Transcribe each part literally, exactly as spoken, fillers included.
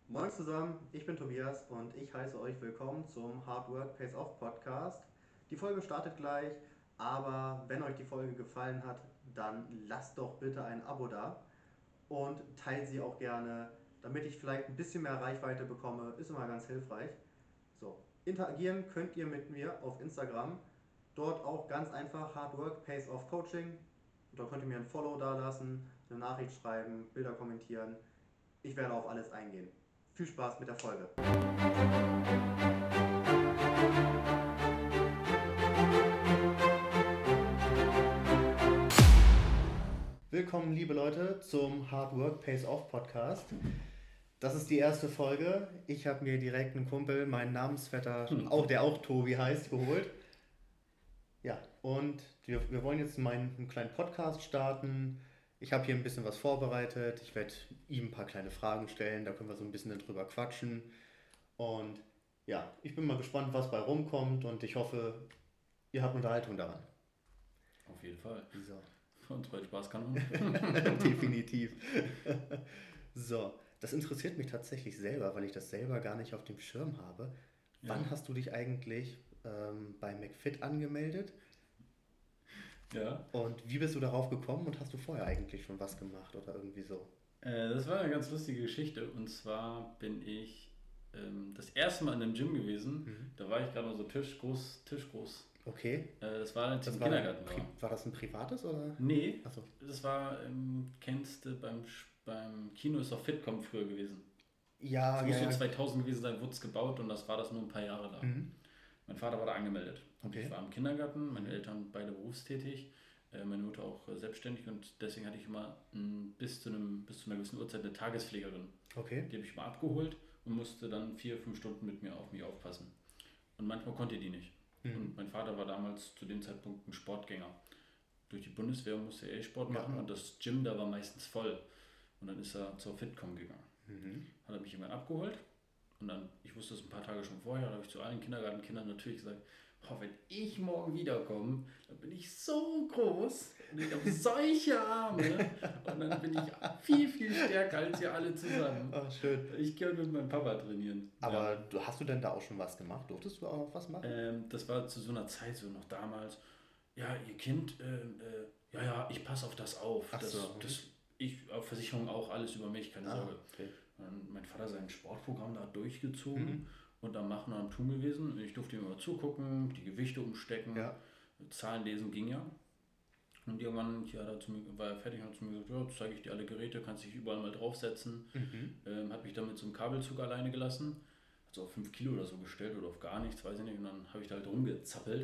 Moin zusammen, ich bin Tobias und ich heiße euch willkommen zum Hard Work Pays Off Podcast. Die Folge startet gleich, aber wenn euch die Folge gefallen hat, dann lasst doch bitte ein Abo da und teilt sie auch gerne, damit ich vielleicht ein bisschen mehr Reichweite bekomme, ist immer ganz hilfreich. So, interagieren könnt ihr mit mir auf Instagram, dort auch ganz einfach Hard Work Pays Off Coaching. Da könnt ihr mir ein Follow da lassen, eine Nachricht schreiben, Bilder kommentieren. Ich werde auf alles eingehen. Viel Spaß mit der Folge. Willkommen, liebe Leute, zum Hard Work Pays Off Podcast. Das ist die erste Folge. Ich habe mir direkt einen Kumpel, meinen Namensvetter, auch, der auch Tobi heißt, geholt. Ja, und wir, wir wollen jetzt meinen einen kleinen Podcast starten. Ich habe hier ein bisschen was vorbereitet. Ich werde ihm ein paar kleine Fragen stellen. Da können wir so ein bisschen drüber quatschen. Und ja, ich bin mal gespannt, was bei rumkommt. Und ich hoffe, ihr habt Unterhaltung daran. Auf jeden Fall. So. Und weil Spaß kann. Definitiv. So, das interessiert mich tatsächlich selber, weil ich das selber gar nicht auf dem Schirm habe. Ja. Wann hast du dich eigentlich ähm, bei McFit angemeldet? Ja. Und wie bist du darauf gekommen und hast du vorher eigentlich schon was gemacht oder irgendwie so? Äh, das war eine ganz lustige Geschichte. Und zwar bin ich ähm, das erste Mal in einem Gym gewesen. Mhm. Da war ich gerade mal so tischgroß, tischgroß. Okay. Äh, das war als ich Das im war, Kindergarten Pri- war. war das ein privates oder? Nee, Achso. das war, ähm, kennst du, beim, Sch- beim Kino ist doch Fitcom früher gewesen. Ja, Das ja, muss so ja. zweitausend gewesen sein, wurde es gebaut und das war das nur ein paar Jahre da. Mhm. Mein Vater war da angemeldet. Und Okay. ich war im Kindergarten, meine Eltern beide berufstätig, äh, meine Mutter auch äh, selbstständig und deswegen hatte ich immer mh, bis, zu einem, bis zu einer gewissen Uhrzeit eine Tagespflegerin. Okay. Die habe ich mal abgeholt und musste dann vier, fünf Stunden mit mir auf mich aufpassen. Und manchmal konnte die nicht. Mhm. Und mein Vater war damals zu dem Zeitpunkt ein Sportgänger. Durch die Bundeswehr musste er eh Sport machen Ja. und das Gym da war meistens voll. Und dann ist er zur Fitcom gegangen. Mhm. Hat er mich irgendwann abgeholt und dann, ich wusste es ein paar Tage schon vorher, da habe ich zu allen Kindergartenkindern natürlich gesagt, oh, wenn ich morgen wiederkomme, dann bin ich so groß und ich habe solche Arme und dann bin ich viel, viel stärker als ihr alle zusammen. Ach, schön. Ich kann mit meinem Papa trainieren. Aber Ja. du, hast du denn da auch schon was gemacht? Durftest du auch noch was machen? Ähm, das war zu so einer Zeit, so noch damals, ja, ihr Kind, ähm, äh, ja, ja, ich passe auf das auf. Ach das, so, mhm. das, ich, auf Versicherung auch, alles über mich, keine Ah, Sorge. okay. Und mein Vater sein Sportprogramm da durchgezogen Mhm. und am Machen und am Tun gewesen. Ich durfte ihm immer zugucken, die Gewichte umstecken, Ja. Zahlen lesen ging ja. Und irgendwann ja, da zu mir, war er fertig und hat zu mir gesagt, ja, jetzt zeige ich dir alle Geräte, kannst dich überall mal draufsetzen. Mhm. Ähm, hat mich dann mit so einem Kabelzug alleine gelassen. Hat so auf fünf Kilo oder so gestellt oder auf gar nichts, weiß ich nicht. Und dann habe ich da halt rumgezappelt.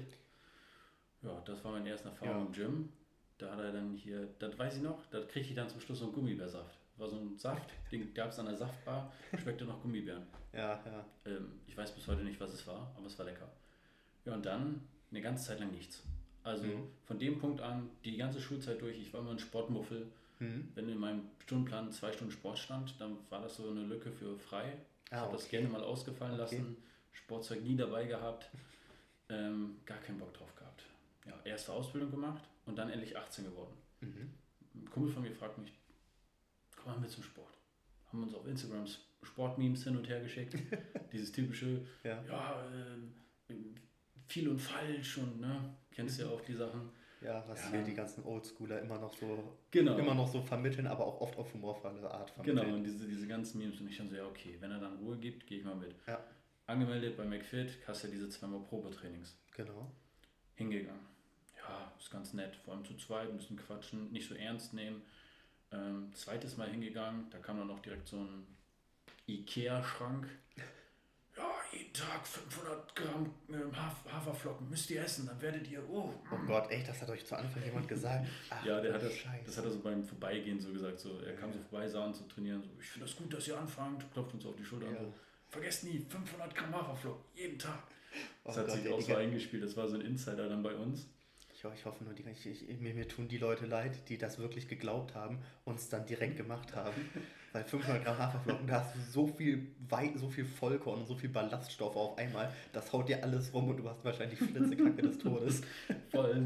Ja, das war meine erste Erfahrung Ja. im Gym. Da hat er dann hier, das weiß ich noch, da kriegte ich dann zum Schluss so einen Gummibärsaft. War so ein Saft, den gab es an der Saftbar, schmeckte nach Gummibären. Ja, ja. Ähm, ich weiß bis heute nicht, was es war, aber es war lecker. Ja, und dann eine ganze Zeit lang nichts. Also Mhm. von dem Punkt an, die ganze Schulzeit durch, ich war immer ein Sportmuffel. Mhm. Wenn in meinem Stundenplan zwei Stunden Sport stand, dann war das so eine Lücke für frei. Ich Ah, habe das okay. gerne mal ausgefallen Okay. lassen, Sportzeug nie dabei gehabt, ähm, gar keinen Bock drauf gehabt. Ja, erste Ausbildung gemacht und dann endlich achtzehn geworden. Mhm. Ein Kumpel von mir fragt mich, komm mal mit zum Sport. Haben uns auf Instagram Sportmemes hin und her geschickt. Dieses typische, Ja. ja, ähm, viel und falsch und ne, kennst ja auch die Sachen. Ja, was Ja. hier die ganzen Oldschooler immer noch so Genau. immer noch so vermitteln, aber auch oft auf humorvolle Art vermitteln. Genau, und diese, diese ganzen Memes und ich dann so, ja okay, wenn er dann Ruhe gibt, gehe ich mal mit. Ja. Angemeldet bei McFit, hast ja diese zweimal Probetrainings. Genau. Hingegangen. Ja, ist ganz nett, vor allem zu zweit, ein bisschen quatschen, nicht so ernst nehmen. Ähm, zweites Mal hingegangen, da kam dann noch direkt so ein Ikea-Schrank. Ja, jeden Tag fünfhundert Gramm ähm, Haf- Haferflocken müsst ihr essen, dann werdet ihr, oh. Oh Gott, echt, das hat euch zu Anfang jemand gesagt? Ach, Ja, der hat du das, Scheiße. das hat er so beim Vorbeigehen so gesagt. So. Er kam so vorbei, sah uns so trainieren. So, ich finde das gut, dass ihr anfangt. Klopft uns auf die Schulter. Ja. Und so, vergesst nie, fünfhundert Gramm Haferflocken, jeden Tag. Das Oh hat Gott, sich ey, auch die so ga- eingespielt. Das war so ein Insider dann bei uns. Ich, ho- ich hoffe nur, die, ich, ich, mir, mir tun die Leute leid, die das wirklich geglaubt haben und es dann direkt gemacht haben. Weil fünfhundert Gramm Haferflocken, da hast du so viel Wei so viel Vollkorn und so viel Ballaststoffe auf einmal, das haut dir alles rum und du hast wahrscheinlich Flitzekacke des Todes. Vor allem,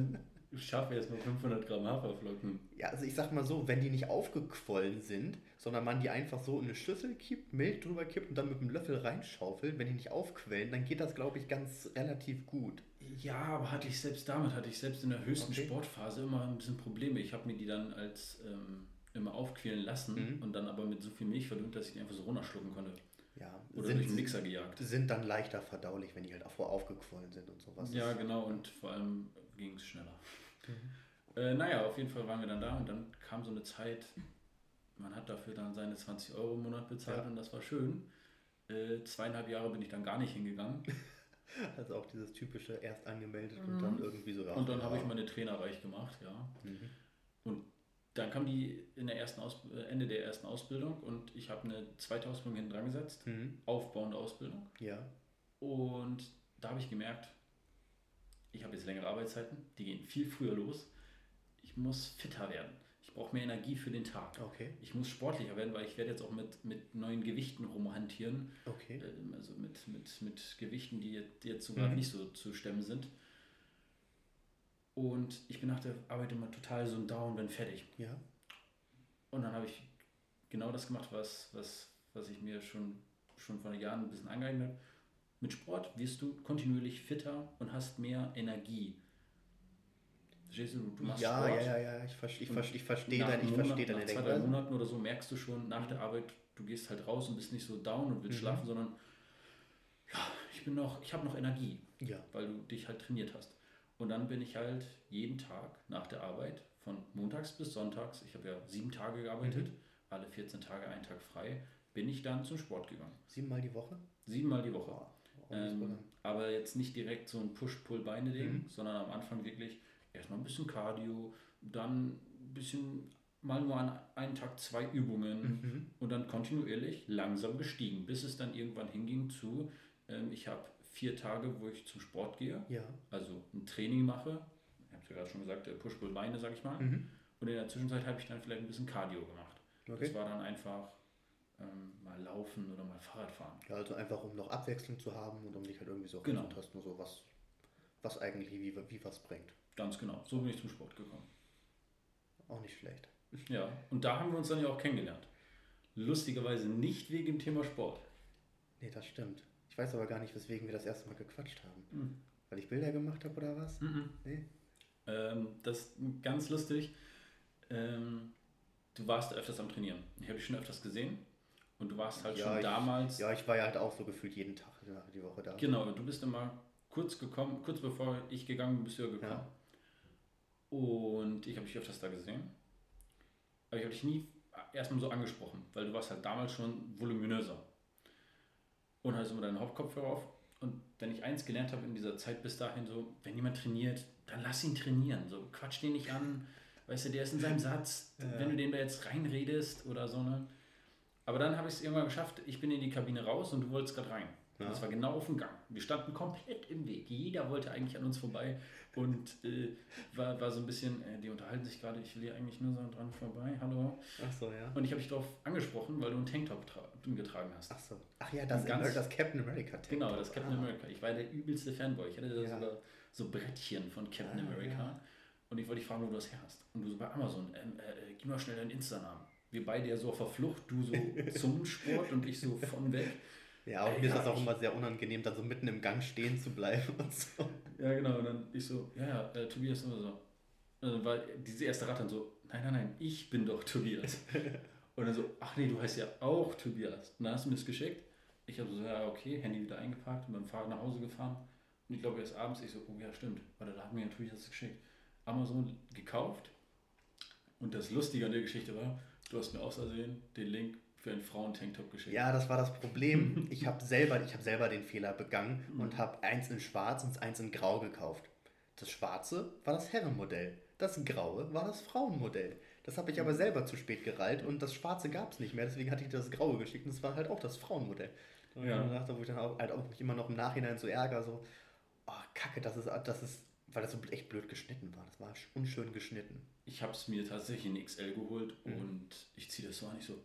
Schaff erstmal fünfhundert Gramm Haferflocken. Ja, also ich sag mal so, wenn die nicht aufgequollen sind, sondern man die einfach so in eine Schüssel kippt, Milch drüber kippt und dann mit dem Löffel reinschaufelt, wenn die nicht aufquellen, dann geht das, glaube ich, ganz relativ gut. Ja, aber hatte ich selbst damit, hatte ich selbst in der höchsten Okay. Sportphase immer ein bisschen Probleme. Ich habe mir die dann als ähm, immer aufquellen lassen Mhm. und dann aber mit so viel Milch verdünnt, dass ich die einfach so runterschlucken konnte. Ja, Oder sind, durch den Mixer gejagt. sind dann leichter verdaulich, wenn die halt auch aufgequollen sind und sowas. Ja, genau, und vor allem ging es schneller. Mhm. Äh, naja, auf jeden Fall waren wir dann da und dann kam so eine Zeit, man hat dafür dann seine zwanzig Euro im Monat bezahlt Ja. und das war schön. Äh, zweieinhalb Jahre bin ich dann gar nicht hingegangen. Also auch dieses typische erst angemeldet und Mhm. dann irgendwie so. Und dann ja. habe ich meine Trainer reich gemacht, ja. Mhm. Und dann kam die in der ersten Aus äh, Ende der ersten Ausbildung und ich habe eine zweite Ausbildung hinten dran gesetzt, Mhm. aufbauende Ausbildung. Ja. Und da habe ich gemerkt, ich habe jetzt längere Arbeitszeiten, die gehen viel früher los. Ich muss fitter werden. Ich brauche mehr Energie für den Tag. Okay. Ich muss sportlicher werden, weil ich werde jetzt auch mit, mit neuen Gewichten rumhantieren. Okay. Ähm, Also mit, mit, mit Gewichten, die jetzt, die jetzt sogar Mhm. nicht so zu stemmen sind. Und ich bin nach der Arbeit immer total so down, bin fertig. Ja. Und dann habe ich genau das gemacht, was, was, was ich mir schon, schon vor Jahren ein bisschen angeeignet habe. Mit Sport wirst du kontinuierlich fitter und hast mehr Energie. Verstehst du, du machst Ja, Sport. ja, ja, ja, ich, ver- ich, Und ver- ich verstehe nach deine, ich einem Monat, verstehe deine nach zwei, drei Denkweise. Monaten oder so merkst du schon nach der Arbeit, du gehst halt raus und bist nicht so down und willst Mhm. schlafen, sondern ja, ich bin noch, ich habe noch Energie, Ja. weil du dich halt trainiert hast. Und dann bin ich halt jeden Tag nach der Arbeit, von montags bis sonntags, ich habe ja sieben Tage gearbeitet, Mhm. alle vierzehn Tage, einen Tag frei, bin ich dann zum Sport gegangen. Siebenmal die Woche? Siebenmal die Woche. Boah, ordentlich Ähm, aber jetzt nicht direkt so ein Push-Pull-Beine-Ding, Mhm. sondern am Anfang wirklich erstmal ein bisschen Cardio, dann ein bisschen mal nur an einem Tag zwei Übungen Mhm. und dann kontinuierlich langsam gestiegen, bis es dann irgendwann hinging zu, ähm, ich habe vier Tage, wo ich zum Sport gehe, Ja. also ein Training mache, ich habe es ja gerade schon gesagt, äh, Push-Pull-Beine, sag ich mal, Mhm. und in der Zwischenzeit habe ich dann vielleicht ein bisschen Cardio gemacht. Das Okay. war dann einfach ähm, mal laufen oder mal Fahrrad fahren. Ja, also einfach um noch Abwechslung zu haben und um dich halt irgendwie so Genau. ranzutasten, so was, was eigentlich wie, wie was bringt. Ganz genau, so bin ich zum Sport gekommen. Auch nicht schlecht. Ja, und da haben wir uns dann ja auch kennengelernt. Lustigerweise nicht wegen dem Thema Sport. Nee, das stimmt. Ich weiß aber gar nicht, weswegen wir das erste Mal gequatscht haben. Mhm. Weil ich Bilder gemacht habe oder was? Mhm. Nee. Ähm, das ist ganz lustig. Ähm, du warst öfters am Trainieren. Ich habe dich schon öfters gesehen. Und du warst halt Ja, schon ich- damals. Ja, ich war ja halt auch so gefühlt jeden Tag ja, die Woche da. Genau, du bist immer kurz gekommen, kurz bevor ich gegangen bin, bist du ja gekommen. Ja. Und ich habe dich öfters da gesehen. Aber ich habe dich nie erstmal so angesprochen, weil du warst halt damals schon voluminöser. Und hattest immer deinen Hauptkopfhörer auf. Und wenn ich eins gelernt habe in dieser Zeit bis dahin, so, wenn jemand trainiert, dann lass ihn trainieren. So, quatsch den nicht an. Weißt du, der ist in seinem Satz. Ja. Wenn du dem da jetzt reinredest oder so, ne? Aber dann habe ich es irgendwann geschafft, ich bin in die Kabine raus und du wolltest gerade rein. Ja. Das war genau auf dem Gang. Wir standen komplett im Weg. Jeder wollte eigentlich an uns vorbei und äh, war, war so ein bisschen, äh, die unterhalten sich gerade, ich will hier eigentlich nur so dran vorbei, hallo. Ach so, ja. Und ich habe dich darauf angesprochen, weil du einen Tanktop tra- getragen hast. Ach so. Ach ja, das, Ganz- Amer- das Captain America Tank. Genau, das Captain ah. America. Ich war der übelste Fanboy. Ich hatte da Ja. sogar so Brettchen von Captain Ah, America. ja. Und ich wollte dich fragen, wo du das her hast. Und du so bei Amazon, ähm, äh, gib mal schnell deinen Insta-Namen. Wir beide ja so auf der Flucht, du so zum Sport und ich so von weg. Ja, und Ey, mir ist ja, das auch ich- immer sehr unangenehm, dann so mitten im Gang stehen zu bleiben und so. Ja, genau. Und dann ich so, ja, ja, äh, Tobias oder so. Und dann war diese erste Rat dann so, nein, nein, nein, ich bin doch Tobias. Und dann so, ach nee, du heißt ja auch Tobias. Und dann hast du mir das geschickt. Ich habe so, ja, okay, Handy wieder eingepackt und beim Fahrrad nach Hause gefahren. Und ich glaube, erst abends, ich so, oh ja, stimmt. Warte, da hat mir ja Tobias das geschickt. Amazon gekauft. Und das Lustige an der Geschichte war, du hast mir aus Versehen den Link für einen Frauen-Tanktop geschickt. Ja, das war das Problem. Ich habe selber, ich hab selber den Fehler begangen Mhm. und habe eins in schwarz und eins in grau gekauft. Das schwarze war das Herrenmodell. Das graue war das Frauenmodell. Das habe ich aber selber zu spät gereilt und das schwarze gab es nicht mehr. Deswegen hatte ich dir das graue geschickt und das war halt auch das Frauenmodell. Und Ja. dann dachte, wo ich dann auch, halt auch mich immer noch im Nachhinein so ärgere, so, oh Kacke, das ist, das ist, weil das so echt blöd geschnitten war. Das war unschön geschnitten. Ich habe es mir tatsächlich in X L geholt Mhm. und ich ziehe das so an, ich so.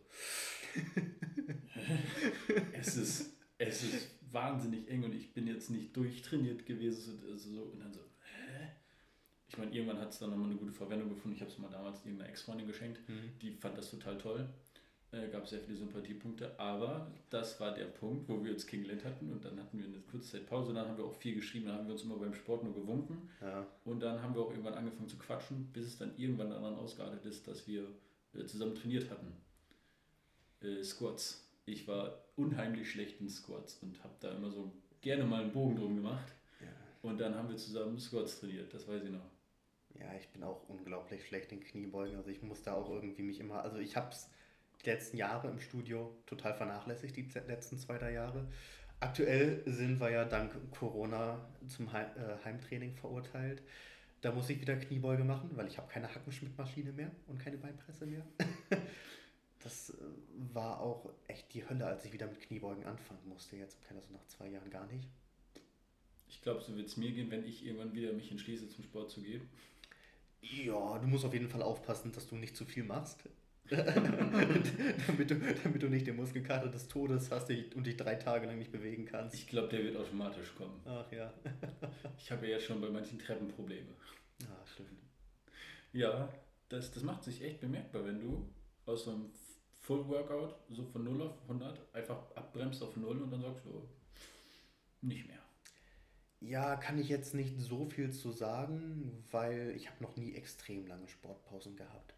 es, ist, es ist wahnsinnig eng und ich bin jetzt nicht durchtrainiert gewesen. Also so, und dann so, hä? Ich Ich meine, irgendwann hat es dann nochmal eine gute Verwendung gefunden. Ich habe es mal damals irgendeiner Ex-Freundin geschenkt. Mhm. Die fand das total toll. Äh, gab sehr viele Sympathiepunkte. Aber das war der Punkt, wo wir uns kennengelernt hatten. Und dann hatten wir eine kurze Zeit Pause. Dann haben wir auch viel geschrieben. Dann haben wir uns immer beim Sport nur gewunken. Ja. Und dann haben wir auch irgendwann angefangen zu quatschen, bis es dann irgendwann daran ausgeartet ist, dass wir äh, zusammen trainiert hatten. Äh, Squats. Ich war unheimlich schlecht in Squats und habe da immer so gerne mal einen Bogen drum gemacht. Ja. Und dann haben wir zusammen Squats trainiert, das weiß ich noch. Ja, ich bin auch unglaublich schlecht in Kniebeugen. Also ich muss da auch irgendwie mich immer, also ich habe es die letzten Jahre im Studio total vernachlässigt, die z- letzten zwei, drei Jahre. Aktuell sind wir ja dank Corona zum Heim, äh, Heimtraining verurteilt. Da muss ich wieder Kniebeuge machen, weil ich habe keine Hackenschmidt-Maschine mehr und keine Beinpresse mehr. Das äh, war auch echt die Hölle, als ich wieder mit Kniebeugen anfangen musste. Jetzt kann das so nach zwei Jahren gar nicht. Ich glaube, so wird es mir gehen, wenn ich irgendwann wieder mich entschließe, zum Sport zu gehen. Ja, du musst auf jeden Fall aufpassen, dass du nicht zu viel machst. damit, du, damit du nicht den Muskelkater des Todes hast dich- und dich drei Tage lang nicht bewegen kannst. Ich glaube, der wird automatisch kommen. Ach ja. Ich habe ja jetzt schon bei manchen Treppen Probleme. Ah, stimmt. Ja, das, das macht sich echt bemerkbar, wenn du aus so einem Full Workout so von null auf hundert einfach abbremst auf null und dann sagst du, nicht mehr. Ja, kann ich jetzt nicht so viel zu sagen, weil ich habe noch nie extrem lange Sportpausen gehabt.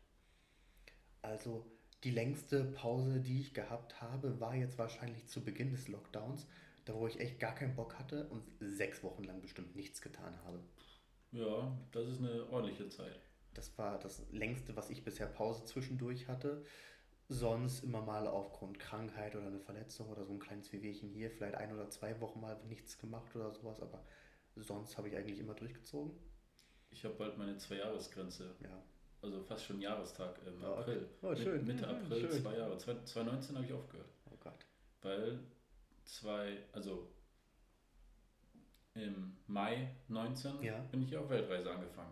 Also die längste Pause, die ich gehabt habe, war jetzt wahrscheinlich zu Beginn des Lockdowns, da wo ich echt gar keinen Bock hatte und sechs Wochen lang bestimmt nichts getan habe. Ja, das ist eine ordentliche Zeit. Das war das längste, was ich bisher Pause zwischendurch hatte. Sonst immer mal aufgrund Krankheit oder eine Verletzung oder so ein kleines Wehwehchen hier, vielleicht ein oder zwei Wochen mal nichts gemacht oder sowas, aber sonst habe ich eigentlich immer durchgezogen. Ich habe bald meine Zwei-Jahres-Grenze, Ja. also fast schon Jahrestag im Ja, okay. April. Oh, Mit- schön. Mitte Ja, April, schön. zwei Jahre. Zwei- zwanzig neunzehn habe ich aufgehört. Oh Gott. Weil zwei, also im Mai neunzehn Ja. bin ich auf Weltreise angefangen.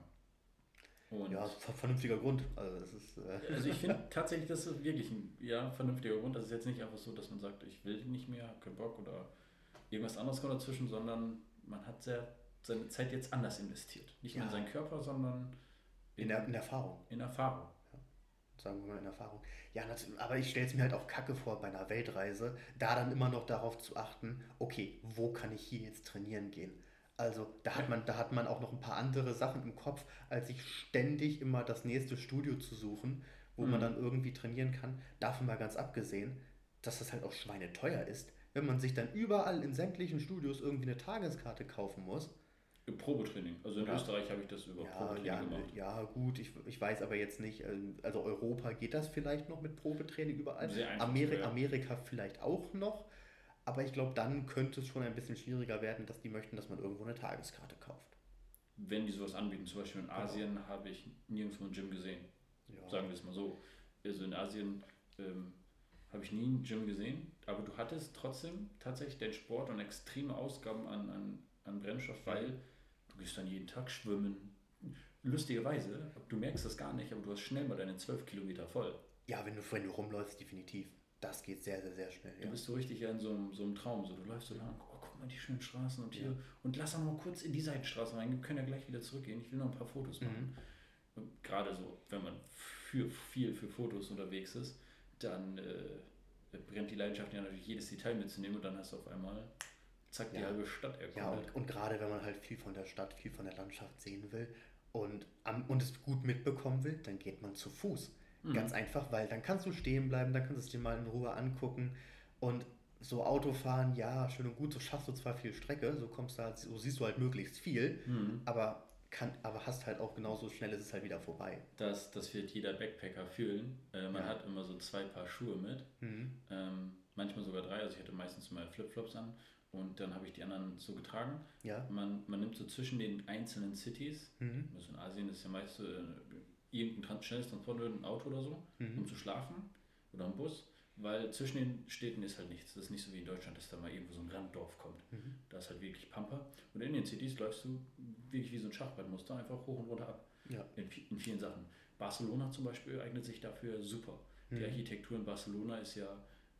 Und Ja, ver- vernünftiger Grund. Also das ist. Äh, also ich finde tatsächlich, das ist wirklich ein ja, vernünftiger Grund. Das ist jetzt nicht einfach so, dass man sagt, ich will nicht mehr, hab keinen Bock oder irgendwas anderes kommt dazwischen, sondern man hat sehr, seine Zeit jetzt anders investiert. Nicht nur in Ja. seinen Körper, sondern in, der, in Erfahrung. in Erfahrung. Sagen wir mal in Erfahrung. Ja, natürlich, aber ich stelle es mir halt auch kacke vor bei einer Weltreise, da dann immer noch darauf zu achten, okay, wo kann ich hier jetzt trainieren gehen? Also da hat man, da hat man auch noch ein paar andere Sachen im Kopf, als sich ständig immer das nächste Studio zu suchen, wo man Mhm. dann irgendwie trainieren kann. Davon mal ganz abgesehen, dass das halt auch schweineteuer ist, wenn man sich dann überall in sämtlichen Studios irgendwie eine Tageskarte kaufen muss. Probetraining. Also in Ja. Österreich habe ich das über Ja, Probetraining ja, gemacht. ja, gut, ich, ich weiß aber jetzt nicht, ähm, also Europa geht das vielleicht noch mit Probetraining überall, Sehr einfach, Ameri ja. Amerika vielleicht auch noch, aber ich glaube, dann könnte es schon ein bisschen schwieriger werden, dass die möchten, dass man irgendwo eine Tageskarte kauft. Wenn die sowas anbieten, zum Beispiel in Genau. Asien habe ich nirgendwo ein Gym gesehen. Ja. Sagen wir es mal so. Also in Asien ähm, habe ich nie ein Gym gesehen, aber du hattest trotzdem tatsächlich den Sport und extreme Ausgaben an, an, an Brennstoff, weil du gehst dann jeden Tag schwimmen. Lustigerweise, du merkst das gar nicht, aber du hast schnell mal deine zwölf Kilometer voll. Ja, wenn du, wenn du rumläufst, definitiv. Das geht sehr, sehr, sehr schnell. Du Ja. bist so richtig ja in so einem, so einem Traum. So, du läufst so lang, oh, guck mal die schönen Straßen und hier. Ja. Und lass auch noch mal kurz in die Seitenstraße rein. Wir können ja gleich wieder zurückgehen. Ich will noch ein paar Fotos machen. Mhm. Und gerade so, wenn man für viel für Fotos unterwegs ist, dann äh, brennt die Leidenschaft ja natürlich jedes Detail mitzunehmen und dann hast du auf einmal zack die Ja. halbe Stadt Ja, erkundet. und, und gerade wenn man halt viel von der Stadt, viel von der Landschaft sehen will und, am, und es gut mitbekommen will, dann geht man zu Fuß. Mhm. Ganz einfach, weil dann kannst du stehen bleiben, dann kannst du es dir mal in Ruhe angucken und so Autofahren, ja, schön und gut, so schaffst du zwar viel Strecke, so kommst du halt, so siehst du halt möglichst viel, Mhm. aber, kann, aber hast halt auch genauso schnell ist es halt wieder vorbei. Das, das wird jeder Backpacker fühlen. Äh, man Ja. hat immer so zwei Paar Schuhe mit. Mhm. Ähm, manchmal sogar drei. Also ich hatte meistens mal Flipflops an und dann habe ich die anderen so getragen. Ja. Man, man nimmt so zwischen den einzelnen Cities, Mhm. also in Asien ist ja meist so, äh, irgendein trans schnelles Transportmittel, ein Auto oder so, Mhm. um zu schlafen oder ein Bus, weil zwischen den Städten ist halt nichts. Das ist nicht so wie in Deutschland, dass da mal irgendwo so ein Randdorf kommt. Mhm. Da ist halt wirklich Pampa. Und in den Cities läufst du wirklich wie so ein Schachbrettmuster einfach hoch und runter ab. Ja. In, vi- in vielen Sachen. Barcelona zum Beispiel eignet sich dafür super. Die Mhm. Architektur in Barcelona ist ja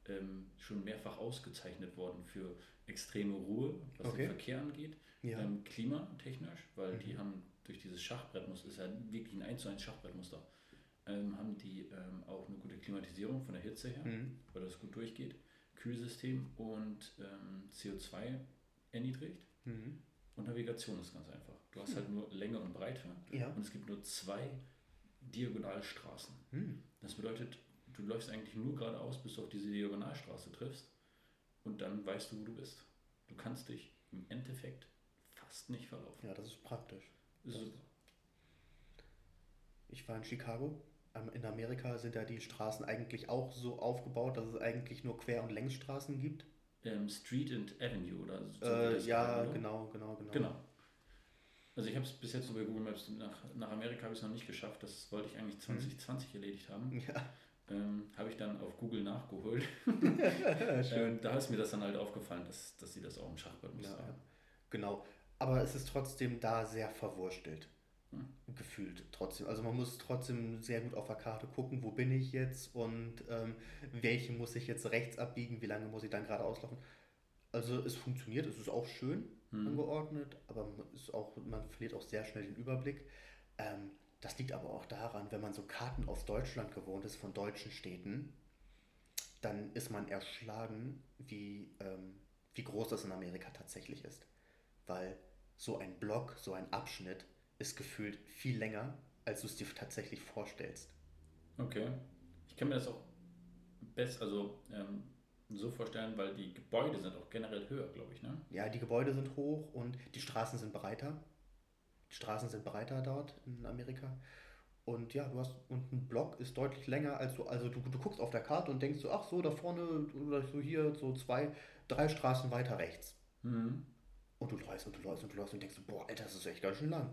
ähm, schon mehrfach ausgezeichnet worden für extreme Ruhe, was Okay. den Verkehr angeht, Ja. ähm, klimatechnisch, weil Mhm. die haben durch dieses Schachbrettmuster, ist ja wirklich ein eins zu eins Schachbrettmuster, ähm, haben die ähm, auch eine gute Klimatisierung von der Hitze her, Mhm. weil das gut durchgeht, Kühlsystem und ähm, C O zwei erniedrigt. Mhm. Und Navigation ist ganz einfach. Du hast halt nur Länge und Breite Ja. und es gibt nur zwei Diagonalstraßen. Mhm. Das bedeutet, du läufst eigentlich nur geradeaus, bis du auf diese Diagonalstraße triffst und dann weißt du, wo du bist. Du kannst dich im Endeffekt fast nicht verlaufen. Ja, das ist praktisch. Das ist Das- super. Ich war in Chicago. Ähm, In Amerika sind ja die Straßen eigentlich auch so aufgebaut, dass es eigentlich nur Quer- und Längsstraßen gibt. Ähm, Street and Avenue oder so Äh, wird das ja, genannt, oder? genau, genau, genau. Genau. Also ich habe es bis jetzt nur bei Google Maps, nach, nach Amerika habe ich es noch nicht geschafft, das wollte ich eigentlich zwanzig zwanzig erledigt haben. Ja, Ähm, habe ich dann auf Google nachgeholt. schön. Ähm, da ist mir das dann halt aufgefallen, dass, dass sie das auch im Schachbrett Ja, haben. ja. Genau. Aber es ist trotzdem da sehr verwurstelt. Hm. Gefühlt trotzdem. Also man muss trotzdem sehr gut auf der Karte gucken, wo bin ich jetzt und ähm, welche muss ich jetzt rechts abbiegen, wie lange muss ich dann gerade auslaufen. Also es funktioniert, es ist auch schön Hm. angeordnet, aber man ist auch, man verliert auch sehr schnell den Überblick. Ähm, das liegt aber auch daran, wenn man so Karten aus Deutschland gewohnt ist, von deutschen Städten, dann ist man erschlagen, wie, ähm, wie groß das in Amerika tatsächlich ist. Weil so ein Block, so ein Abschnitt ist gefühlt viel länger, als du es dir tatsächlich vorstellst. Okay. Ich kann mir das auch best, also ähm, so vorstellen, weil die Gebäude sind auch generell höher, glaube ich, ne? Ja, die Gebäude sind hoch und die Straßen sind breiter. Die Straßen sind breiter dort in Amerika. Und ja, du hast, und ein Block ist deutlich länger als du, also du, du guckst auf der Karte und denkst so, ach so, da vorne oder so hier, so zwei, drei Straßen weiter rechts. Mhm. Und du läufst und du läufst und du läufst und denkst so, boah, Alter, das ist echt ganz schön lang.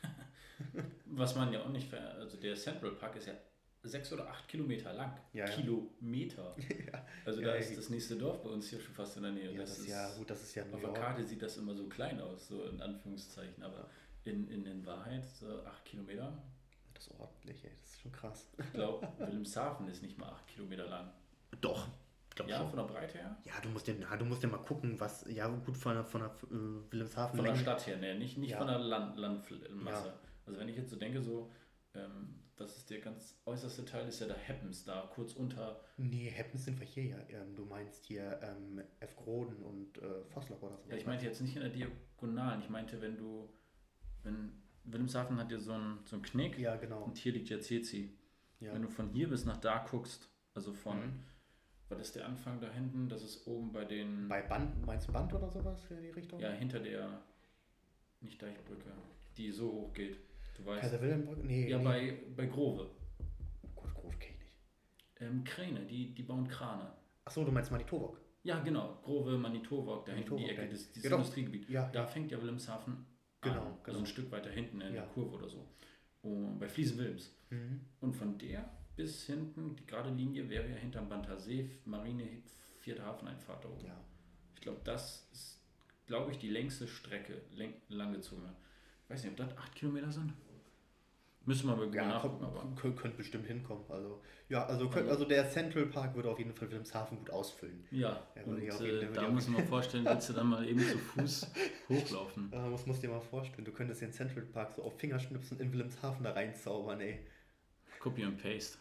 Was man ja auch nicht, ver also der Central Park ist ja sechs oder acht Kilometer lang. Ja, ja. Kilometer. Ja, Also Ja, da ja, ist das nächste Dorf bei uns hier schon fast in der Nähe. ja, das das ist ist, ja, gut, das ist ja New auf der York. Karte sieht das immer so klein aus, so in Anführungszeichen, aber in, in, in Wahrheit so acht Kilometer. Das ist ordentlich, ey, das ist schon krass. Ich glaube, Wilhelmshaven ist nicht mal acht Kilometer lang. Doch, ich glaube Ja, schon. von der Breite her? Ja, du musst ja, ja, du musst ja mal gucken, was, ja gut, von der, von der äh, Wilhelmshaven Von der Länge- Stadt her, ne? Nicht, nicht Ja. von der Land Landmasse. Ja. Also wenn ich jetzt so denke, so, ähm, das ist der ganz äußerste Teil, ist ja der Happens, da kurz unter. Nee, Happens sind wir hier ja. Ähm, du meinst hier ähm, F. Groden und äh, Vossloch oder so. Ja, ich meinte jetzt nicht in der Diagonalen, ich meinte, wenn du, wenn Wilhelmshaven hat ja so einen, so einen Knick Ja, genau. und hier liegt ja Cezi. Ja. Wenn du von hier bis nach da guckst, also von, Mhm. was ist der Anfang da hinten? Das ist oben bei den, Bei Band, meinst du Band oder sowas in die Richtung? ja, hinter der, nicht Deichbrücke, die so hoch geht. Du weißt. Kaiser Wilhelmbrücke? Nee. Ja, nee. bei, bei Grove. Oh Gott, Grove kenn ich nicht. Ähm, Kräne, die, die bauen Krane. Achso, du meinst Manitowok. Ja, genau. Grove, Manitowok, da hinten die Manitowok, Ecke, ja. das, dieses Ja, doch. Industriegebiet. Ja, Da ja. fängt ja Wilhelmshaven Genau, an. Also genau. ein Stück weiter hinten in Ja. der Kurve oder so. Und bei Fliesenwilms. Mhm. Und von der bis hinten, die gerade Linie wäre ja hinterm Bantersee, Marine, vierte Hafeneinfahrt da oben. Ja. Ich glaube, das ist, glaube ich, die längste Strecke, läng, langgezogene. Ich weiß nicht, ob das acht Kilometer sind? Müssen wir mal Google Ja, nachgucken, kommt, aber. könnt, könnt bestimmt hinkommen. Also, ja, also, könnt, also der Central Park würde auf jeden Fall Wilhelmshaven gut ausfüllen. Ja, Ja, und würde ich auf äh, jeden- würde da ich auf muss man vorstellen, willst du dann mal eben zu Fuß hochlaufen. Äh, das musst du dir mal vorstellen. Du könntest den Central Park so auf Fingerschnipsen in Wilhelmshaven da reinzaubern, ey. Copy and Paste.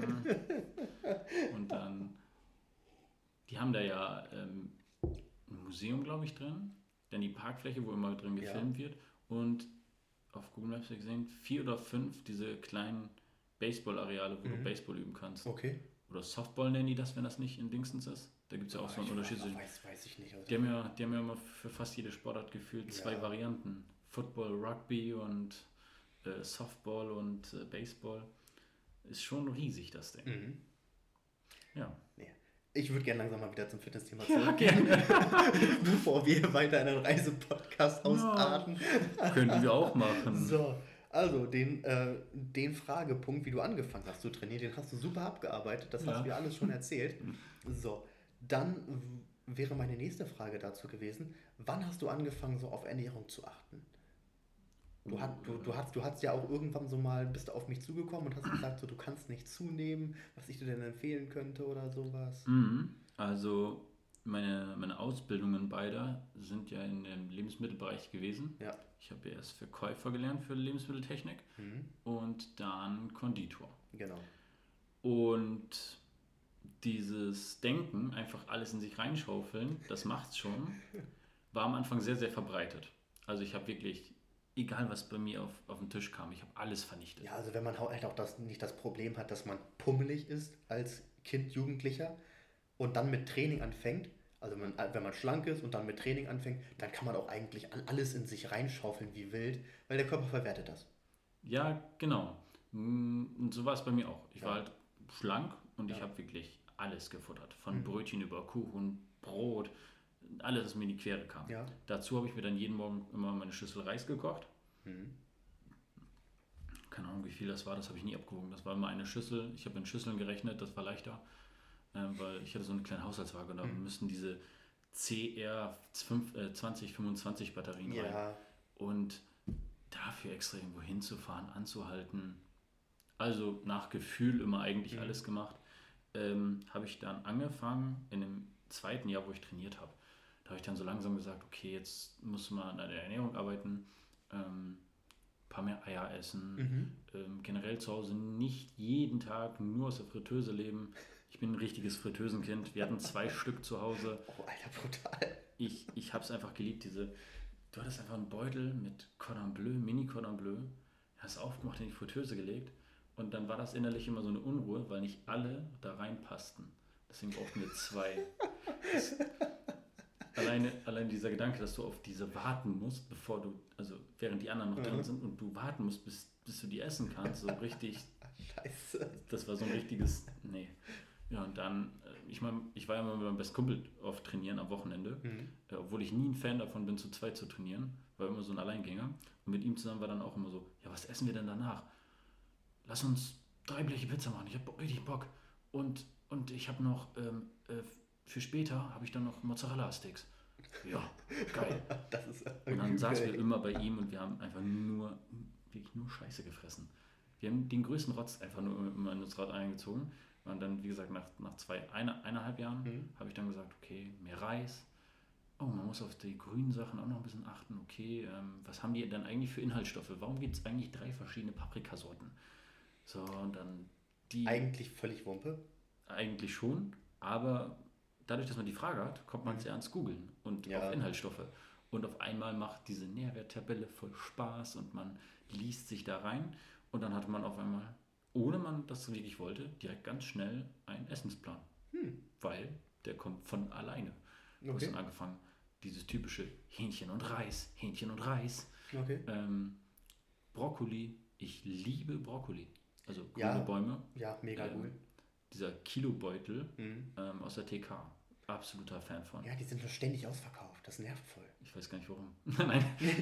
Ja. Und dann, die haben da ja ähm, ein Museum, glaube ich, drin. Dann die Parkfläche, wo immer drin Ja. gefilmt wird. Und auf Google Maps habe ich gesehen, vier oder fünf diese kleinen Baseball-Areale, wo du Mhm. Baseball üben kannst. Okay. Oder Softball nennen die das, wenn das nicht in Dingsens ist. Da gibt es ja auch so einen Ich Unterschied. weiß, weiß, weiß ich nicht. Also. Die haben ja, die haben ja immer für fast jede Sportart gefühlt zwei Ja. Varianten. Football, Rugby und äh, Softball und äh, Baseball. Ist schon riesig, das Ding. Mhm. Ja. Ich würde gerne langsam mal wieder zum Fitnessthema Ja, zurück, gerne. bevor wir weiter in einen Reisepodcast Ja. ausarten. Könnten wir auch machen. So, also den, äh, den Fragepunkt, wie du angefangen hast zu trainieren, den hast du super abgearbeitet. Das Ja. hast du mir alles schon erzählt. So, dann w- wäre meine nächste Frage dazu gewesen, wann hast du angefangen, so auf Ernährung zu achten? Du, hat, du, du, hast, du hast ja auch irgendwann so mal, bist du auf mich zugekommen und hast gesagt, so, du kannst nicht zunehmen, was ich dir denn empfehlen könnte oder sowas. Mhm. Also meine, meine Ausbildungen beide sind ja in dem Lebensmittelbereich gewesen. Ja. Ich habe ja erst Verkäufer gelernt für Lebensmitteltechnik Mhm. und dann Konditor. Genau. Und dieses Denken, einfach alles in sich reinschaufeln, das macht's schon, war am Anfang sehr, sehr verbreitet. Also ich habe wirklich, egal was bei mir auf, auf den Tisch kam, ich habe alles vernichtet. Ja, also wenn man halt auch das, nicht das Problem hat, dass man pummelig ist als Kind, Jugendlicher und dann mit Training anfängt, also man, wenn man schlank ist und dann mit Training anfängt, dann kann man auch eigentlich all- alles in sich reinschaufeln wie wild, weil der Körper verwertet das. Ja, genau. Mm, Und so war es bei mir auch. Ich war Ja. halt schlank und ich Ja. habe wirklich alles gefuttert. Von Mhm. Brötchen über Kuchen, Brot, alles, was mir in die Quere kam. Ja. Dazu habe ich mir dann jeden Morgen immer meine Schüssel Reis gekocht. Mhm. Keine Ahnung, wie viel das war, das habe ich nie abgewogen. Das war immer eine Schüssel. Ich habe in Schüsseln gerechnet, das war leichter, ähm, weil ich hatte so eine kleine Haushaltswaage und da Mhm. müssen diese C R zwanzig fünfundzwanzig Batterien rein. Ja. Und dafür extra irgendwo hinzufahren, anzuhalten, also nach Gefühl immer eigentlich Mhm. alles gemacht, ähm, habe ich dann angefangen in dem zweiten Jahr, wo ich trainiert habe. Da habe ich dann so langsam gesagt, okay, jetzt muss man an der Ernährung arbeiten, ähm, ein paar mehr Eier essen, Mhm. ähm, generell zu Hause nicht jeden Tag nur aus der Fritteuse leben. Ich bin ein richtiges Fritteusenkind. Wir hatten zwei Stück zu Hause. Oh, Alter, brutal. Ich, ich habe es einfach geliebt, diese. Du hattest einfach einen Beutel mit Cordon Bleu, Mini Cordon Bleu, hast aufgemacht, in die Fritteuse gelegt und dann war das innerlich immer so eine Unruhe, weil nicht alle da reinpassten. Deswegen brauchten wir zwei. Das, alleine, allein dieser Gedanke, dass du auf diese warten musst, bevor du, also während die anderen noch drin Mhm. sind und du warten musst, bis, bis du die essen kannst, so richtig, Scheiße. das war so ein richtiges, nee. Ja, und dann, äh, ich meine, ich war ja immer mit meinem besten Kumpel oft trainieren am Wochenende, Mhm. äh, obwohl ich nie ein Fan davon bin, zu zweit zu trainieren, war immer so ein Alleingänger. Und mit ihm zusammen war dann auch immer so, ja, was essen wir denn danach? Lass uns drei Bleche Pizza machen, ich habe richtig Bock. Und, und ich habe noch, ähm, äh, für später habe ich dann noch Mozzarella-Sticks. Ja, geil. Das ist Und dann saßen wir geil. immer bei ihm und wir haben einfach nur, wirklich nur Scheiße gefressen. Wir haben den größten Rotz einfach nur immer in das Rad eingezogen. Und dann, wie gesagt, nach, nach zwei, eine, eineinhalb Jahren Mhm. habe ich dann gesagt, okay, mehr Reis. Oh, man muss auf die grünen Sachen auch noch ein bisschen achten. Okay, ähm, was haben die denn eigentlich für Inhaltsstoffe? Warum gibt es eigentlich drei verschiedene Paprikasorten? So, und dann die Eigentlich völlig Wumpe. eigentlich schon, aber dadurch, dass man die Frage hat, kommt man Mhm. sehr ans Googeln und Ja. auf Inhaltsstoffe. Und auf einmal macht diese Nährwerttabelle voll Spaß und man liest sich da rein und dann hatte man auf einmal, ohne man das wirklich wollte, direkt ganz schnell einen Essensplan. Hm. Weil der kommt von alleine. Du hast Okay. dann angefangen, dieses typische Hähnchen und Reis, Hähnchen und Reis, Okay. ähm, Brokkoli. Ich liebe Brokkoli. Also grüne Ja. Bäume. Ja, mega Ähm, cool. Dieser Kilobeutel Mhm. ähm, aus der T K. Absoluter Fan von. Ja, die sind doch ständig ausverkauft. Das nervt voll. Ich weiß gar nicht warum. Nein.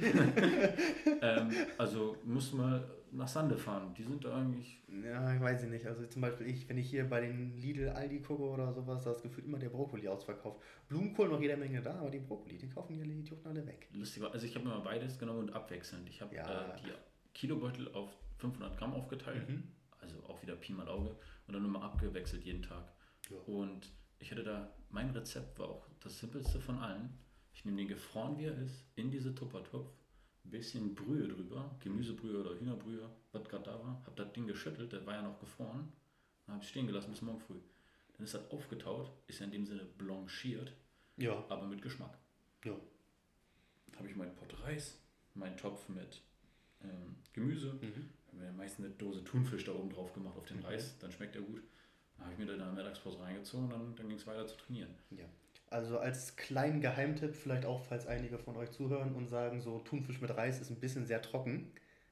ähm, also musst du mal nach Sande fahren. Die sind da eigentlich. Ja, ich weiß ich nicht. Also zum Beispiel ich, wenn ich hier bei den Lidl, Aldi gucke oder sowas, da ist gefühlt immer der Brokkoli ausverkauft. Blumenkohl noch jede Menge da, aber die Brokkoli, die kaufen die alle, die Idioten alle weg. Lustiger. Also ich habe immer beides genommen und abwechselnd. Ich habe Ja. äh, die Kilobeutel auf fünfhundert Gramm aufgeteilt. Mhm. Also auch wieder Pi mal Auge. Und dann immer abgewechselt jeden Tag. Ja. Und ich hatte da, mein Rezept war auch das simpelste von allen. Ich nehme den gefroren, wie er ist, in diese Tuppertopf, ein bisschen Brühe drüber, Gemüsebrühe oder Hühnerbrühe, was gerade da war, habe das Ding geschüttelt, der war ja noch gefroren, dann habe ich stehen gelassen bis morgen früh. Dann ist das aufgetaut, ist ja in dem Sinne blanchiert, Ja. aber mit Geschmack. Ja. Dann habe ich meinen Pott Reis, meinen Topf mit ähm, Gemüse, Mhm. habe mir meistens eine Dose Thunfisch da oben drauf gemacht auf den Mhm. Reis, dann schmeckt er gut. Dann habe ich mir dann in der Mittagspause reingezogen und dann, dann ging es weiter zu trainieren. Ja. Also als kleinen Geheimtipp, vielleicht auch, falls einige von euch zuhören und sagen, so Thunfisch mit Reis ist ein bisschen sehr trocken.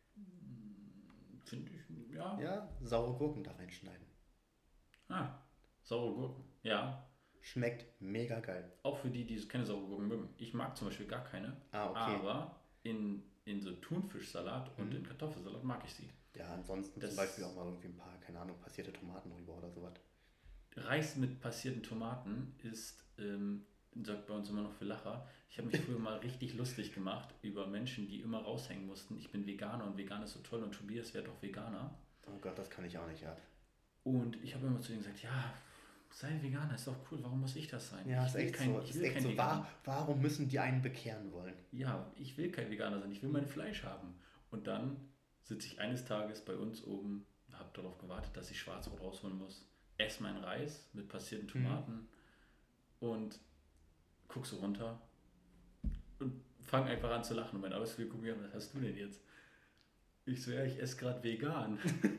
Finde ich, ja. Ja, saure Gurken da reinschneiden. Ah, saure Gurken. Ja, Schmeckt mega geil. auch für die, die keine saure Gurken mögen. Ich mag zum Beispiel gar keine, Ah, okay. aber in, in so Thunfischsalat und Mhm. in Kartoffelsalat mag ich sie. Ja, ansonsten Das- zum Beispiel auch mal irgendwie ein paar, keine Ahnung, passierte Tomaten drüber oder sowas. Reis mit passierten Tomaten ist, ähm, sagt bei uns immer noch für Lacher. Ich habe mich früher mal richtig lustig gemacht über Menschen, die immer raushängen mussten. Ich bin Veganer und vegan ist so toll und Tobias wäre doch Veganer. Oh Gott, das kann ich auch nicht, ja. Und ich habe immer zu denen gesagt, ja, sei Veganer, ist doch cool, warum muss ich das sein? Ja, ich ist will echt kein, so. ich Ist will echt kein so. Veganer. War, warum müssen die einen bekehren wollen? Ja, ich will kein Veganer sein, ich will mein Fleisch haben. Und dann sitze ich eines Tages bei uns oben, habe darauf gewartet, dass ich Schwarzbrot rausholen muss, esse meinen Reis mit passierten Tomaten mhm. und guck so runter und fange einfach an zu lachen. Und mein Ausflug guckt mir, was hast du denn jetzt? Ich so, ja, ich esse gerade vegan.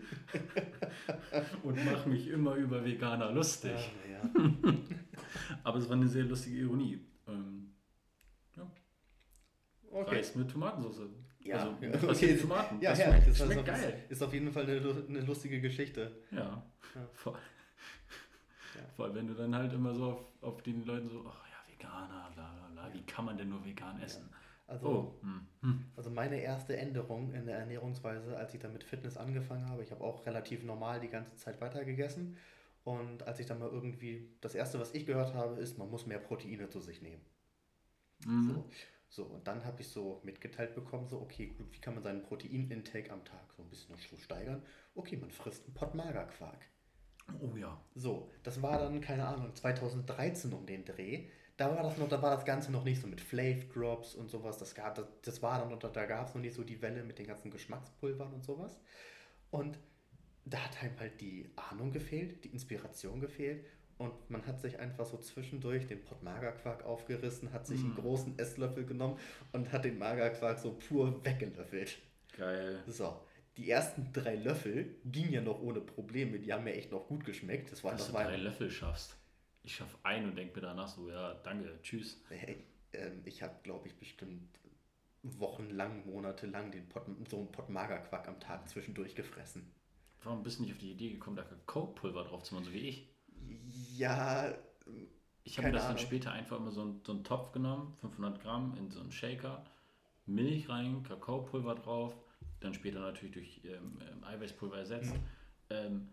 Und mache mich immer über Veganer lustig. Ja, ja. Aber es war eine sehr lustige Ironie. Ähm, ja. Okay. Reis mit Tomatensauce. Ja, also mit okay. passierten Tomaten. Ja, das ja, schmeckt, das schmeckt ist, geil. Ist auf jeden Fall eine, eine lustige Geschichte. Ja. ja. Vor, ja. vor allem, wenn du dann halt immer so auf, auf den Leuten so, ach ja, Veganer, bla bla bla, wie kann man denn nur vegan essen? Ja. Also, oh. hm. Hm. also meine erste Änderung in der Ernährungsweise, als ich dann mit Fitness angefangen habe, ich habe auch relativ normal die ganze Zeit weiter gegessen. Und als ich dann mal irgendwie, das erste, was ich gehört habe, ist, man muss mehr Proteine zu sich nehmen. Mhm. So, so, und dann habe ich so mitgeteilt bekommen, so, okay, gut, wie kann man seinen Protein-Intake am Tag so ein bisschen so steigern? Okay, man frisst einen Pott Magerquark. Oh ja. So, das war dann, keine Ahnung, zweitausenddreizehn um den Dreh. Da war das noch, da war das Ganze noch nicht so mit Flav Drops und sowas. Das gab, das, das war dann, da gab es noch nicht so die Welle mit den ganzen Geschmackspulvern und sowas. Und da hat einem halt die Ahnung gefehlt, die Inspiration gefehlt. Und man hat sich einfach so zwischendurch den Pott Magerquark aufgerissen, hat sich mm. einen großen Esslöffel genommen und hat den Magerquark so pur weggelöffelt. Geil. So. Die ersten drei Löffel gingen ja noch ohne Probleme, die haben mir echt noch gut geschmeckt. Das war Dass das du war drei Löffel schaffst. Ich schaff einen und denke mir danach so, ja, danke, tschüss. Hey, ähm, ich habe, glaube ich, bestimmt wochenlang, monatelang den Pott, so einen Pott Magerquark am Tag zwischendurch gefressen. Warum bist du nicht auf die Idee gekommen, da Kakaopulver drauf zu machen, so wie ich? Ja, ich habe mir das Ahnung. Dann später einfach immer so, ein, so einen Topf genommen, fünfhundert Gramm in so einen Shaker, Milch rein, Kakaopulver drauf, dann später natürlich durch ähm, Eiweißpulver ersetzt, mhm. ähm,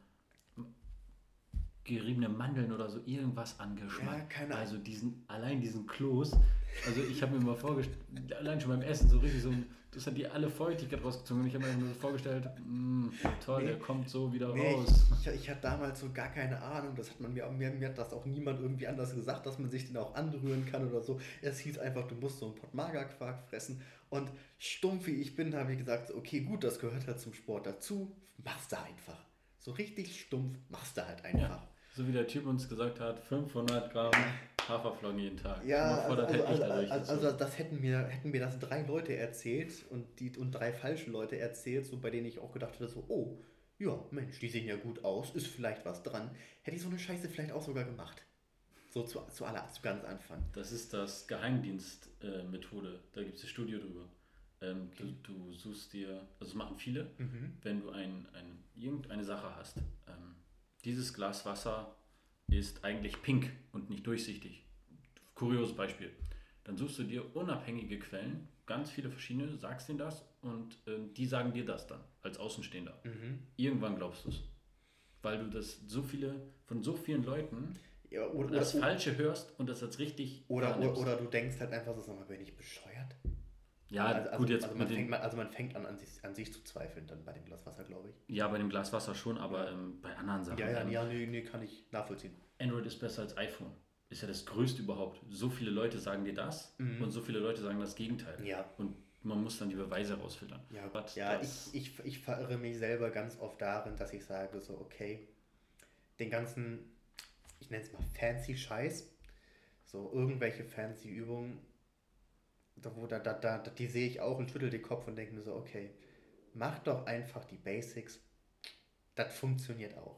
geriebene Mandeln oder so, irgendwas an Geschmack. Ja, keine also diesen, allein diesen Kloß, also ich habe mir mal vorgestellt, allein schon beim Essen so richtig so, das hat die alle Feuchtigkeit rausgezogen und ich habe mir nur so vorgestellt, mh, toll, nee, der kommt so wieder nee, raus. Ich, ich, ich hatte damals so gar keine Ahnung, das hat man mir, mir, mir hat das auch niemand irgendwie anders gesagt, dass man sich den auch anrühren kann oder so. Es hieß einfach, du musst so einen Pott Magerquark fressen und stumpf wie ich bin, habe ich gesagt, okay, gut, das gehört halt zum Sport dazu, machst du einfach. So richtig stumpf, machst du halt einfach. Ja. So wie der Typ uns gesagt hat, fünfhundert Gramm Haferflocken jeden Tag. Ja, also, also, also, also, also das hätten mir, hätten mir das drei Leute erzählt und, die, und drei falsche Leute erzählt, so bei denen ich auch gedacht hätte, so, oh, ja, Mensch, die sehen ja gut aus, ist vielleicht was dran. Hätte ich so eine Scheiße vielleicht auch sogar gemacht. So zu, zu, aller, zu ganz Anfang. Das ist das Geheimdienst-Methode, äh, da gibt es eine Studie drüber. Ähm, okay. du, du suchst dir, also das machen viele, mhm. wenn du ein, ein, irgendeine Sache hast. Ähm, Dieses Glas Wasser ist eigentlich pink und nicht durchsichtig. Kurioses Beispiel. Dann suchst du dir unabhängige Quellen, ganz viele verschiedene, sagst denen das und äh, die sagen dir das dann als Außenstehender. Mhm. Irgendwann glaubst du es. Weil du das so viele, von so vielen Leuten ja, oder, das oder, Falsche hörst und das als richtig oder, oder, oder du denkst halt einfach so, sag mal, bin ich bescheuert? Ja, also, gut, jetzt also man, fängt, man, also man fängt an, an sich, an sich zu zweifeln dann bei dem Glas Wasser, glaube ich. Ja, bei dem Glas Wasser schon, aber ähm, bei anderen Sachen. Ja, ja, ähm, ja nee, nee, kann ich nachvollziehen. Android ist besser als iPhone. Ist ja das Größte überhaupt. So viele Leute sagen dir das mhm. und so viele Leute sagen das Gegenteil. Ja. Und man muss dann die Beweise rausfiltern. Ja, But ja ich, ich, ich verirre mich selber ganz oft darin, dass ich sage so, okay, den ganzen, ich nenne es mal fancy Scheiß, so irgendwelche fancy Übungen, Da, wo, da, da, da, die sehe ich auch und schüttel den Kopf und denke mir so, okay, mach doch einfach die Basics. Das funktioniert auch.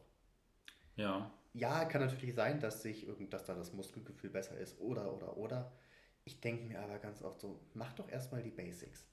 Ja. Ja, kann natürlich sein, dass sich irgend, dass da das Muskelgefühl besser ist oder, oder, oder. Ich denke mir aber ganz oft so, mach doch erstmal die Basics.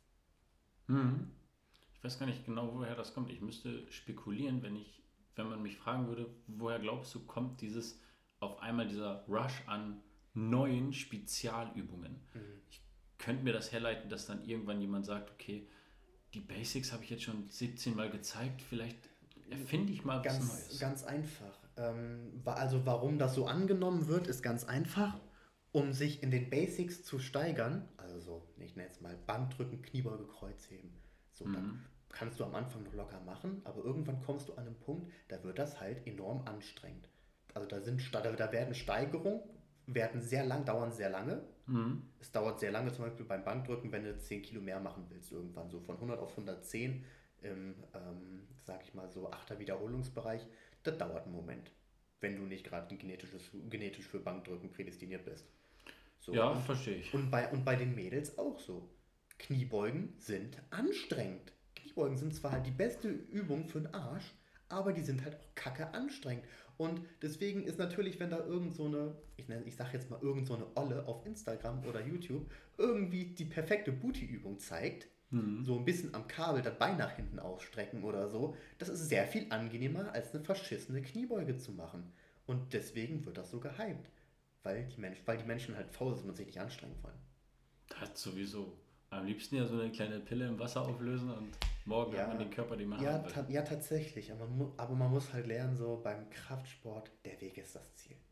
Hm. Ich weiß gar nicht genau, woher das kommt. Ich müsste spekulieren, wenn ich, wenn man mich fragen würde, woher glaubst du, kommt dieses, auf einmal dieser Rush an neuen Spezialübungen? Mhm. Ich könnte mir das herleiten, dass dann irgendwann jemand sagt, okay, die Basics habe ich jetzt schon siebzehn Mal gezeigt, vielleicht erfinde ich mal was ganz, Neues. Ganz einfach. Ähm, also warum das so angenommen wird, ist ganz einfach. Um sich in den Basics zu steigern, also ich nenne jetzt mal Bankdrücken, Kniebeuge, Kreuzheben, so, mhm. dann kannst du am Anfang noch locker machen, aber irgendwann kommst du an einen Punkt, da wird das halt enorm anstrengend. also da sind, da, da werden Steigerungen, werden sehr lang, dauern sehr lange. Mhm. Es dauert sehr lange, zum Beispiel beim Bankdrücken, wenn du zehn Kilo mehr machen willst, irgendwann so von hundert auf hundertzehn im, ähm, sag ich mal so, achter Wiederholungsbereich, das dauert einen Moment, wenn du nicht gerade genetisches, genetisch für Bankdrücken prädestiniert bist. So, Ja, und, verstehe ich. und, bei, und bei den Mädels auch so. Kniebeugen sind anstrengend. Kniebeugen sind zwar halt die beste Übung für den Arsch, aber die sind halt auch kacke anstrengend. Und deswegen ist natürlich, wenn da irgend so eine, ich, nenne, ich sag jetzt mal irgend so eine Olle auf Instagram oder YouTube irgendwie die perfekte Booty-Übung zeigt, Mhm. so ein bisschen am Kabel das Bein nach hinten ausstrecken oder so, das ist sehr viel angenehmer, als eine verschissene Kniebeuge zu machen. Und deswegen wird das so gehypt. Weil die, Mensch, weil die Menschen halt faul sind und sich nicht anstrengen wollen. Das sowieso. Am liebsten ja so eine kleine Pille im Wasser auflösen und morgen hat man Ja, den Körper, den man ja, haben will. ta ja tatsächlich. Aber man, mu- aber man muss halt lernen, so beim Kraftsport, der Weg ist das Ziel.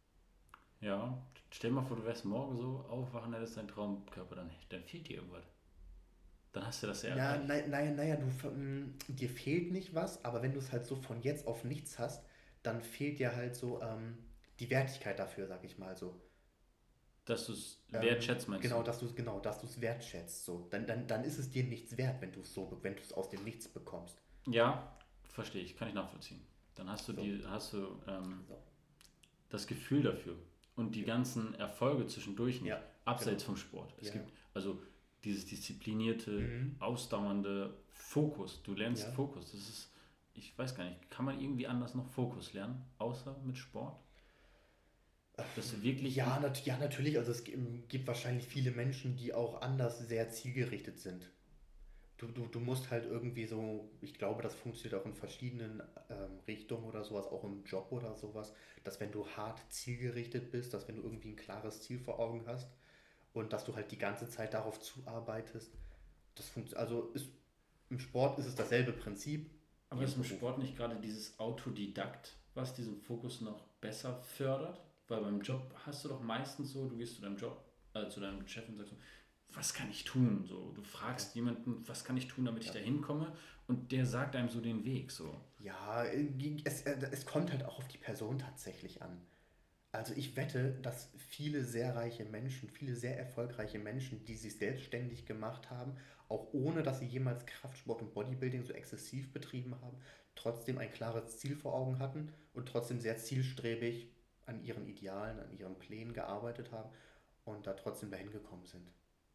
Ja, stell dir mal vor, du wärst morgen so aufwachen, hättest deinen Traumkörper, dann, dann fehlt dir irgendwas. Dann hast du das ja Ja, erreicht. naja, naja, naja, du, ver- m, dir fehlt nicht was, aber wenn du es halt so von jetzt auf nichts hast, dann fehlt dir halt so ähm, die Wertigkeit dafür, sag ich mal so. Dass du es Ähm, wertschätzt, meinst genau, du? dass du es genau, dass du es wertschätzt. So. Dann, dann, dann ist es dir nichts wert, wenn du es so, be- wenn du es aus dem Nichts bekommst. Ja, verstehe ich, kann ich nachvollziehen. Dann hast du So, die, hast du ähm, so. das Gefühl dafür und die Ja, ganzen Erfolge zwischendurch nicht, ja, abseits genau. vom Sport. Es Ja, gibt also dieses disziplinierte, mhm. ausdauernde Fokus. Du lernst Ja. Fokus. Das ist, ich weiß gar nicht, kann man irgendwie anders noch Fokus lernen, außer mit Sport? Dass du wirklich Ja, nicht. nat ja, natürlich. Also es gi- gibt wahrscheinlich viele Menschen, die auch anders sehr zielgerichtet sind. Du, du, du musst halt irgendwie so, ich glaube, das funktioniert auch in verschiedenen ähm, Richtungen oder sowas, auch im Job oder sowas, dass wenn du hart zielgerichtet bist, dass wenn du irgendwie ein klares Ziel vor Augen hast und dass du halt die ganze Zeit darauf zuarbeitest, das funktioniert, also ist, im Sport ist es dasselbe Prinzip wie Aber im ist im Beruf. Sport nicht gerade dieses Autodidakt, was diesen Fokus noch besser fördert? Weil beim Job hast du doch meistens so, du gehst zu deinem Job, äh, zu deinem Chef und sagst so, was kann ich tun? So, du Ja, fragst jemanden, was kann ich tun, damit ich ja. da hinkomme? Und der sagt einem so den Weg. So. Ja, äh, es, äh, es kommt halt auch auf die Person tatsächlich an. Also ich wette, dass viele sehr reiche Menschen, viele sehr erfolgreiche Menschen, die sich selbstständig gemacht haben, auch ohne dass sie jemals Kraftsport und Bodybuilding so exzessiv betrieben haben, trotzdem ein klares Ziel vor Augen hatten und trotzdem sehr zielstrebig an ihren Idealen, an ihren Plänen gearbeitet haben und da trotzdem dahin gekommen sind.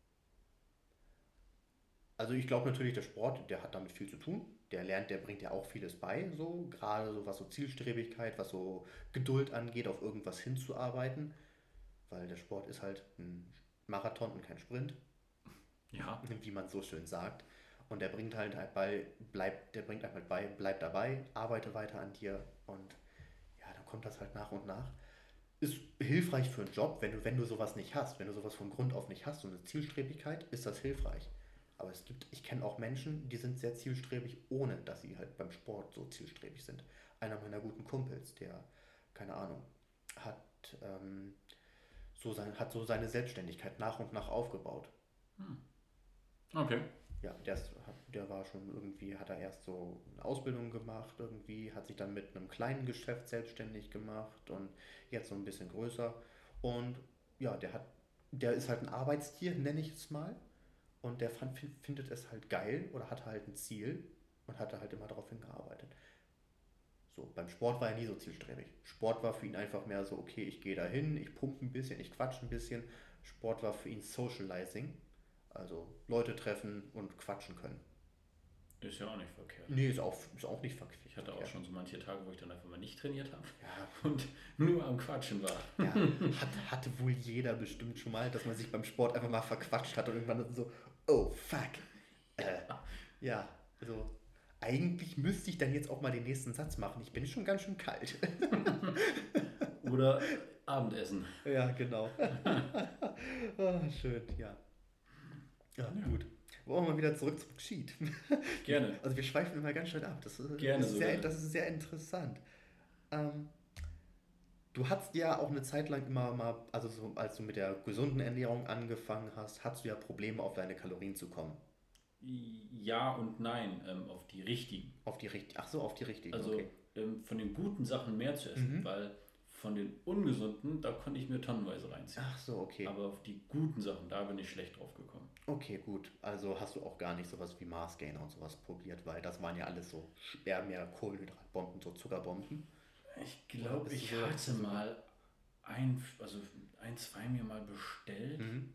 Also ich glaube natürlich, der Sport, der hat damit viel zu tun. Der lernt, der bringt ja auch vieles bei, so gerade so was so Zielstrebigkeit, was so Geduld angeht, auf irgendwas hinzuarbeiten, weil der Sport ist halt ein Marathon und kein Sprint, Ja, wie man so schön sagt. Und der bringt halt, halt bei, bleibt, der bringt einem halt bei, bleib dabei, arbeite weiter an dir und ja, dann kommt das halt nach und nach. Ist hilfreich für einen Job, wenn du, wenn du sowas nicht hast, wenn du sowas von Grund auf nicht hast, so eine Zielstrebigkeit, ist das hilfreich. Aber es gibt, ich kenne auch Menschen, die sind sehr zielstrebig, ohne dass sie halt beim Sport so zielstrebig sind. Einer meiner guten Kumpels, der, keine Ahnung, hat, ähm, so sein, hat so seine Selbstständigkeit nach und nach aufgebaut. okay. Ja, der, ist, der war schon irgendwie, hat er erst so eine Ausbildung gemacht, irgendwie, hat sich dann mit einem kleinen Geschäft selbstständig gemacht und jetzt so ein bisschen größer. Und ja, der hat, der ist halt ein Arbeitstier, nenne ich es mal. Und der fand, findet es halt geil oder hatte halt ein Ziel und hatte halt immer darauf hingearbeitet. So, beim Sport war er nie so zielstrebig. Sport war für ihn einfach mehr so, okay, ich gehe da hin, ich pumpe ein bisschen, ich quatsche ein bisschen. Sport war für ihn Socializing, also Leute treffen und quatschen können. Ist ja auch nicht verkehrt. Nee, ist auch, ist auch nicht verk- Ich hatte auch verkehrt. schon so manche Tage, wo ich dann einfach mal nicht trainiert habe Ja, und nur am Quatschen war. ja, hat, hatte wohl jeder bestimmt schon mal, dass man sich beim Sport einfach mal verquatscht hat und irgendwann so, oh fuck. Äh, ja, also eigentlich müsste ich dann jetzt auch mal den nächsten Satz machen. Ich bin schon ganz schön kalt. Oder Abendessen. Ja, genau. Ah, schön, ja. Ja, Ja, gut. Wollen wir mal wieder zurück zum Cheat. gerne. Also wir schweifen immer ganz schön ab. Das ist, Gerne ist sehr, sogar. das ist sehr interessant. Ähm, du hast ja auch eine Zeit lang immer mal, also so, als du mit der gesunden Ernährung angefangen hast, hattest du ja Probleme, auf deine Kalorien zu kommen. Ja und nein, ähm, auf die richtigen. Auf die richtigen. Ach so, auf die richtigen, Also okay. ähm, von den guten Sachen mehr zu essen, Mhm. weil von den ungesunden, da konnte ich mir tonnenweise reinziehen. Ach so, okay. Aber auf die guten Sachen, da bin ich schlecht drauf gekommen. Okay, gut. Also hast du auch gar nicht sowas wie Mars Gainer und sowas probiert, weil das waren ja alles so eher mehr Kohlenhydratbomben, so Zuckerbomben. Ich glaube, ich so, hatte mal ein, also ein, zwei mir mal bestellt, Mhm.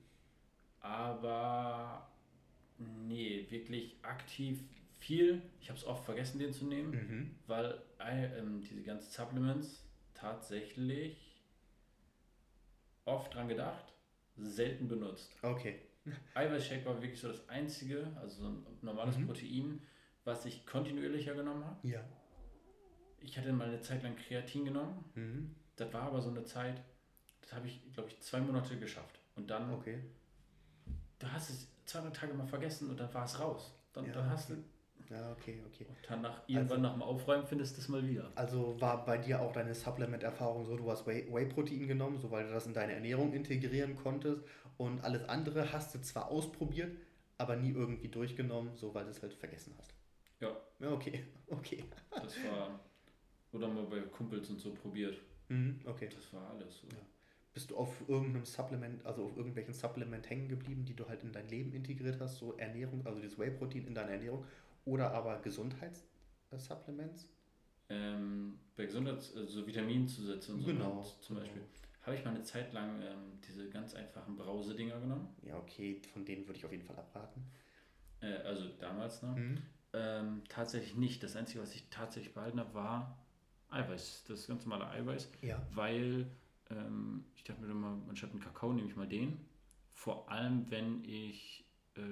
aber nee, wirklich aktiv viel. Ich habe es oft vergessen, den zu nehmen, Mhm. weil äh, ähm, diese ganzen Supplements tatsächlich oft dran gedacht, selten benutzt. Okay. Eiweißshake war wirklich so das einzige, also so ein normales Mhm. Protein, was ich kontinuierlicher genommen habe. Ja. Ich hatte mal eine Zeit lang Kreatin genommen. Mhm. Das war aber so eine Zeit, das habe ich, glaube ich, zwei Monate geschafft. Und dann, Okay. du hast es zwei, drei Tage mal vergessen und dann war es raus. Dann, Ja, dann hast okay. du, Ja, okay, okay. und dann nach, irgendwann nach dem Aufräumen findest du es mal wieder. Also war bei dir auch deine Supplement-Erfahrung so, du hast Whey- Whey-Protein genommen, so weil du das in deine Ernährung integrieren konntest und alles andere hast du zwar ausprobiert, aber nie irgendwie durchgenommen, so weil du es halt vergessen hast. Ja. Ja, okay, okay. Das war, oder mal bei Kumpels und so probiert. Mhm, okay. Das war alles so. Ja. Bist du auf irgendeinem Supplement, also auf irgendwelchen Supplement hängen geblieben, die du halt in dein Leben integriert hast, so Ernährung, also dieses Whey-Protein in deine Ernährung oder aber Gesundheitssupplements? Ähm, bei Gesundheits-, also Vitaminzusätze und so Genau, mit, zum genau. Beispiel, habe ich mal eine Zeit lang ähm, diese ganz einfachen Brausedinger genommen. Ja, okay, von denen würde ich auf jeden Fall abraten. Äh, also damals noch. Mhm. Ähm, tatsächlich nicht. Das Einzige, was ich tatsächlich behalten habe, war Eiweiß. Das ganz normale Eiweiß. Ja. Weil ähm, ich dachte mir immer, anstatt einen Kakao nehme ich mal den. Vor allem, wenn ich äh,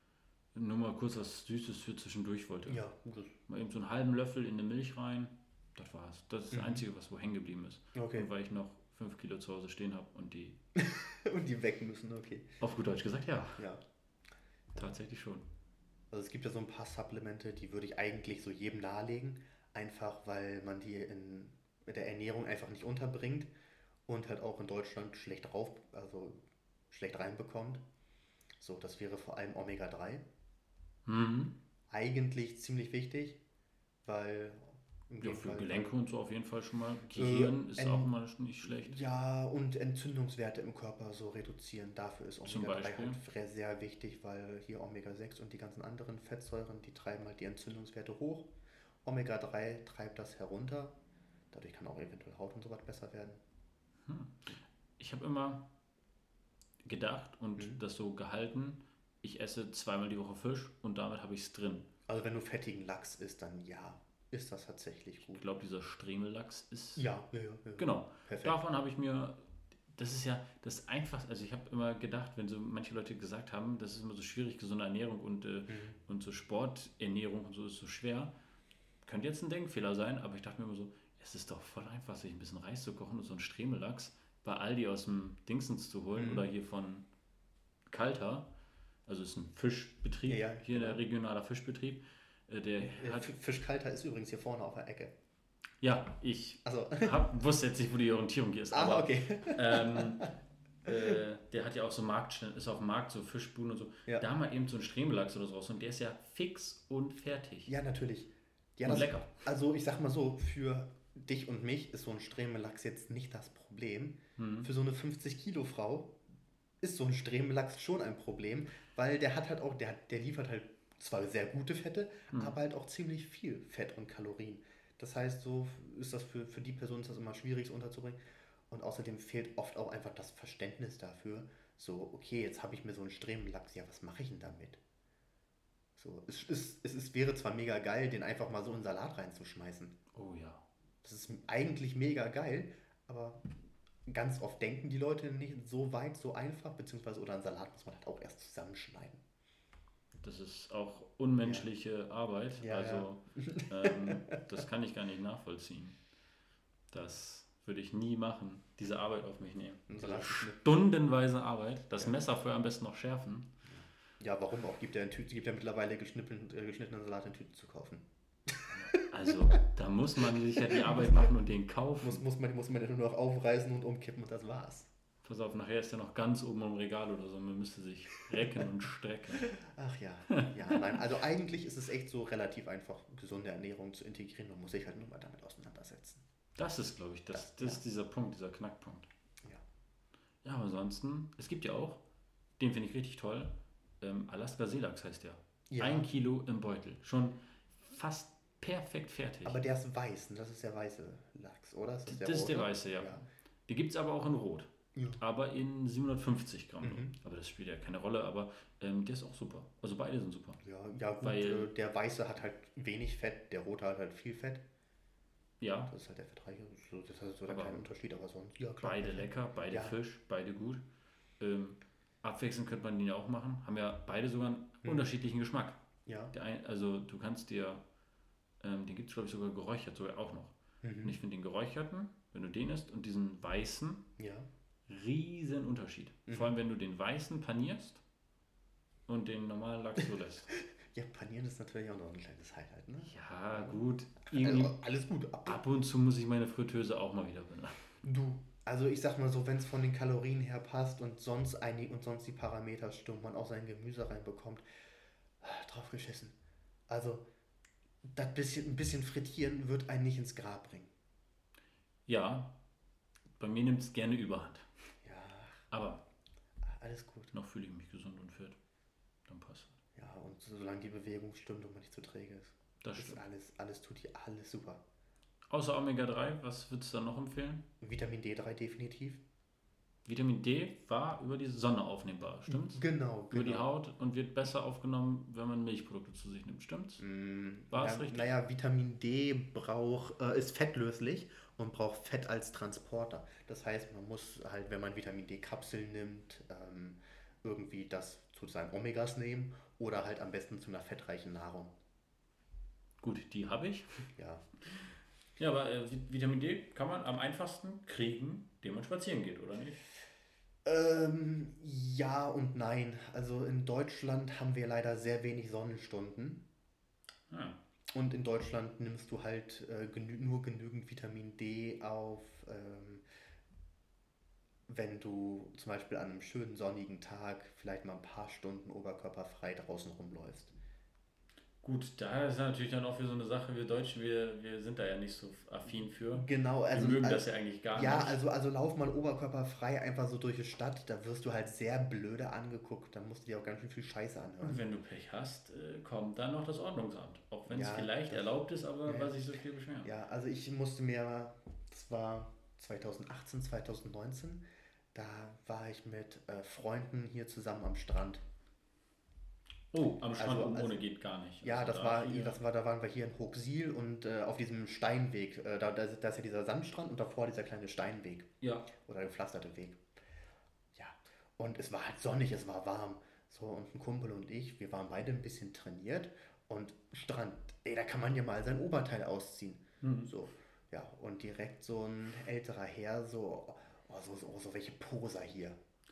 nur mal kurz was Süßes für zwischendurch wollte. Ja, gut. Mal eben so einen halben Löffel in eine Milch rein. Das war's. Das ist das Mhm. Einzige, was wo hängen geblieben ist. Okay. Und weil ich noch fünf Kilo zu Hause stehen habe und die, Und die weg müssen, okay. auf gut Deutsch gesagt, ja, Ja. tatsächlich schon. Also es gibt ja so ein paar Supplemente, die würde ich eigentlich so jedem nahelegen, einfach weil man die in mit der Ernährung einfach nicht unterbringt und halt auch in Deutschland schlecht rauf, also schlecht reinbekommt. So, das wäre vor allem Omega drei. Mhm. Eigentlich ziemlich wichtig, weil im Ja, für Gegenteil- Gelenke und so auf jeden Fall schon mal. Gehirn Äh, ist en- auch mal nicht schlecht. Ja, und Entzündungswerte im Körper so reduzieren. Dafür ist Zum Omega drei Beispiel? halt sehr sehr wichtig, weil hier Omega sechs und die ganzen anderen Fettsäuren, die treiben halt die Entzündungswerte hoch. Omega drei treibt das herunter. Dadurch kann auch eventuell Haut und so was besser werden. Hm. Ich habe immer gedacht und Mhm. das so gehalten, ich esse zweimal die Woche Fisch und damit habe ich es drin. Also wenn du fettigen Lachs isst, dann ja, ist das tatsächlich Ich gut. glaube, dieser Stremellachs ist... Ja, ja, ja. ja. Genau. Perfekt. Davon habe ich mir... Das ist ja das Einfachste. Also ich habe immer gedacht, wenn so manche Leute gesagt haben, das ist immer so schwierig, gesunde Ernährung und, äh, Mhm. und so Sporternährung und so ist so schwer. Könnte jetzt ein Denkfehler sein, aber ich dachte mir immer so, es ist doch voll einfach, sich ein bisschen Reis zu kochen und so einen Stremellachs bei Aldi aus dem Dingsens zu holen Mhm. oder hier von Kalter. Also es ist ein Fischbetrieb, Ja, ja, hier genau. der regionaler Fischbetrieb. Äh, Der Ja, hat, F- Fischkalter ist übrigens hier vorne auf der Ecke. ja, ich Also, hab, wusste jetzt nicht, wo die Orientierung hier ist, ah, aber okay. ähm, äh, der hat ja auch so Markt, ist auf dem Markt, so Fischbuden und so. Ja. Da mal eben so ein Stremellachs oder sowas und der ist ja fix und fertig. Ja, natürlich. Ja, und das, lecker. Also ich sag mal so, für dich und mich ist so ein Stremellachs jetzt nicht das Problem. Mhm. Für so eine fünfzig Kilo Frau ist so ein Stremellachs schon ein Problem, weil der hat halt auch, der, hat- der liefert halt zwar sehr gute Fette, Mhm. aber halt auch ziemlich viel Fett und Kalorien. Das heißt, so ist das für, für die Person ist das immer schwierig, es unterzubringen. Und außerdem fehlt oft auch einfach das Verständnis dafür. So, okay, jetzt habe ich mir so einen Stremellachs, ja, was mache ich denn damit? So, es, ist, es ist, wäre zwar mega geil, den einfach mal so in Salat reinzuschmeißen. Oh ja. Das ist eigentlich mega geil, aber ganz oft denken die Leute nicht so weit, so einfach, beziehungsweise oder einen Salat muss man halt auch erst zusammenschneiden. Das ist auch unmenschliche Arbeit. Ja, also ähm, das kann ich gar nicht nachvollziehen. Das würde ich nie machen, diese Arbeit auf mich nehmen. Ein Diese Salat geschnitten. stundenweise Arbeit, das Ja. Messer vorher am besten noch schärfen. Ja, warum auch? Gibt ja, in Tüten, gibt ja mittlerweile geschnippeln, äh, geschnittenen Salat in Tüten zu kaufen. Also da muss man sich ja die Arbeit machen und den kaufen. Muss, muss, man, muss man den nur noch aufreißen und umkippen und das war's. Pass auf, nachher ist er noch ganz oben im Regal oder so. Man müsste sich recken und strecken. Ach ja, ja, nein, also eigentlich ist es echt so relativ einfach, gesunde Ernährung zu integrieren. Man muss sich halt nur mal damit auseinandersetzen. Das ist, glaube ich, das, Das, das ja. ist dieser Punkt, dieser Knackpunkt. Ja. Ja, aber ansonsten, es gibt ja auch, den finde ich richtig toll, ähm, Alaska Seelachs heißt der. Ja. Ein Kilo im Beutel. Schon fast perfekt fertig. Aber der ist weiß, und das ist der weiße Lachs, oder? Ist das der das ist der rote? weiße, ja. Ja. Die gibt es aber auch in Rot. Ja. Aber in siebenhundertfünfzig Gramm. nur. Mhm. Aber das spielt ja keine Rolle, aber ähm, der ist auch super. Also beide sind super. Ja, ja gut, Weil- äh, der weiße hat halt wenig Fett, der rote hat halt viel Fett. Ja, Das ist halt der fettreiche. So, das ist so der Aber kleine Unterschied, aber sonst, ja klar. beide lecker, beide Ja. Fisch, beide gut. Ähm, abwechselnd könnte man die ja auch machen. Haben ja beide sogar einen Mhm. unterschiedlichen Geschmack. Ja. Der ein, also du kannst dir, ähm, den gibt es glaube ich sogar geräuchert, sogar auch noch. Und Mhm. ich finde den geräucherten, wenn du den isst, und diesen weißen, Ja. riesen Unterschied. Mhm. Vor allem wenn du den weißen panierst und den normalen Lachs so lässt. Ja, panieren ist natürlich auch noch ein kleines Highlight, ne? Ja, gut. Irgendwie, Also, alles gut. Ab, ab und zu muss ich meine Fritteuse auch mal wieder benutzen. Du, also ich sag mal so, wenn es von den Kalorien her passt und sonst einig und sonst die Parameter stimmen, man auch sein Gemüse reinbekommt, drauf geschissen. Also, das bisschen, ein bisschen frittieren wird einen nicht ins Grab bringen. Ja, bei mir nimmt es gerne Überhand. Ja, Aber alles gut. noch fühle ich mich gesund und fit. Dann passt es. Ja, und solange die Bewegung stimmt und man nicht zu träge ist, Das ist stimmt. alles, alles tut hier alles super. Außer Omega drei, was würdest du dann noch empfehlen? Vitamin D drei definitiv. Vitamin D war über die Sonne aufnehmbar, stimmt's? Genau, Über die genau. Haut und wird besser aufgenommen, wenn man Milchprodukte zu sich nimmt, stimmt's? Mm, War es ja, richtig? Naja, Vitamin D braucht, äh, ist fettlöslich und braucht Fett als Transporter. Das heißt, man muss halt, wenn man Vitamin D-Kapseln nimmt, ähm, irgendwie das zu seinen Omegas nehmen oder halt am besten zu einer fettreichen Nahrung. Gut, die habe ich. Ja, Ja, aber äh, Vi- Vitamin D kann man am einfachsten kriegen, indem man spazieren geht, oder nicht? ähm, ja und nein. Also in Deutschland haben wir leider sehr wenig Sonnenstunden. Ah, Und in Deutschland nimmst du halt äh, genü nur genügend Vitamin D auf, ähm, wenn du zum Beispiel an einem schönen sonnigen Tag vielleicht mal ein paar Stunden oberkörperfrei draußen rumläufst. gut, da ist natürlich dann auch wieder so eine Sache, wir Deutschen, wir, wir sind da ja nicht so affin für. Genau, Wir also, mögen also das ja eigentlich gar ja, nicht. also, also lauf mal oberkörperfrei einfach so durch die Stadt, da wirst du halt sehr blöde angeguckt, da musst du dir auch ganz schön viel Scheiße Und anhören. wenn du Pech hast, äh, kommt dann noch das Ordnungsamt. Auch wenn es Ja, vielleicht das- erlaubt ist, aber ja. weil sich so viel beschweren. Ja, also ich musste mir, das war zweitausendachtzehn, zweitausendneunzehn, da war ich mit äh, Freunden hier zusammen am Strand. Oh, am Strand Also- oben also- ohne geht gar nicht. Ja, Also das da war, hier- das war, da waren wir hier in Hochsiel und äh, auf diesem Steinweg, äh, da, da, ist- da ist ja dieser Sandstrand und davor dieser kleine Steinweg Ja, oder gepflasterte Weg. Ja, und es war halt sonnig, es war warm. So, und ein Kumpel und ich, wir waren beide ein bisschen trainiert und Strand, ey, da kann man ja mal sein Oberteil ausziehen. hm. So, ja, und direkt so ein älterer Herr, so, oh, so, so, so welche Poser hier.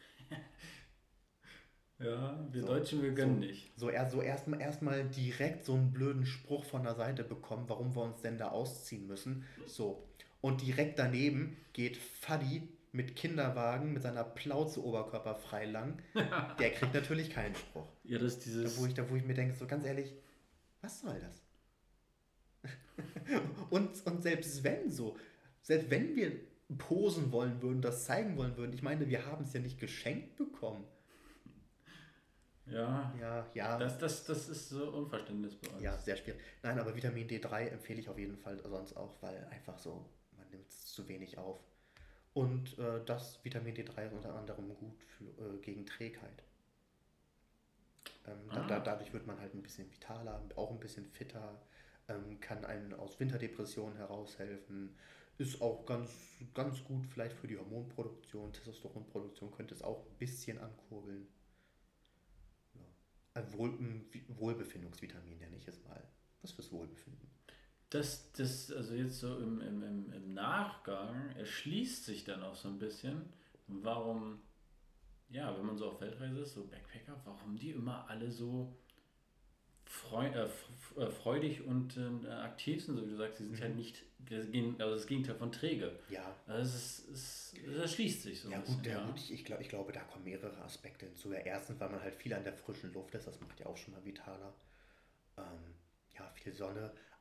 ja, wir So, Deutschen, wir gönnen so. nicht. So, er, so erstmal erstmal direkt so einen blöden Spruch von der Seite bekommen, warum wir uns denn da ausziehen müssen. So. Und direkt daneben geht Fadi mit Kinderwagen mit seiner Plauze oberkörperfrei lang. Der kriegt natürlich keinen Spruch. Ja, das ist Da dieses. wo, ich, da, wo ich mir denke, so ganz ehrlich, was soll das? und, und selbst wenn so, selbst wenn wir posen wollen würden, das zeigen wollen würden, ich meine, wir haben es ja nicht geschenkt bekommen. Ja, Ja, ja. das, das, das ist so Unverständnis bei uns. Ja, sehr schwierig. Nein, aber Vitamin D drei empfehle ich auf jeden Fall sonst auch, weil einfach so, man nimmt es zu wenig auf. Und äh, das Vitamin D drei ist unter anderem gut für, äh, gegen Trägheit. Ähm, da, Ah. da, dadurch wird man halt ein bisschen vitaler, auch ein bisschen fitter, ähm, kann einen aus Winterdepressionen heraushelfen, ist auch ganz, ganz gut vielleicht für die Hormonproduktion, Testosteronproduktion könnte es auch ein bisschen ankurbeln. Ja. Ein Wohl, ein Vi- Wohlbefindungsvitamin nenne ich es mal. Was fürs Wohlbefinden. Das, das, also jetzt so im, im, im, im Nachgang erschließt sich dann auch so ein bisschen, warum, ja, wenn man so auf Weltreise ist, so Backpacker, warum die immer alle so freu, äh, f- äh, freudig und äh, aktiv sind, so wie du sagst, die sind Mhm. halt nicht, das, Gegen- also das Gegenteil von träge. Ja, Also es, ist, es, es erschließt sich so ein ja bisschen. gut, ja, ja. gut ich, ich, glaub, ich glaube, da kommen mehrere Aspekte hinzu. Ja, erstens, weil man halt viel an der frischen Luft ist, das macht ja auch schon mal vitaler. Ähm, ja, viel Sonne,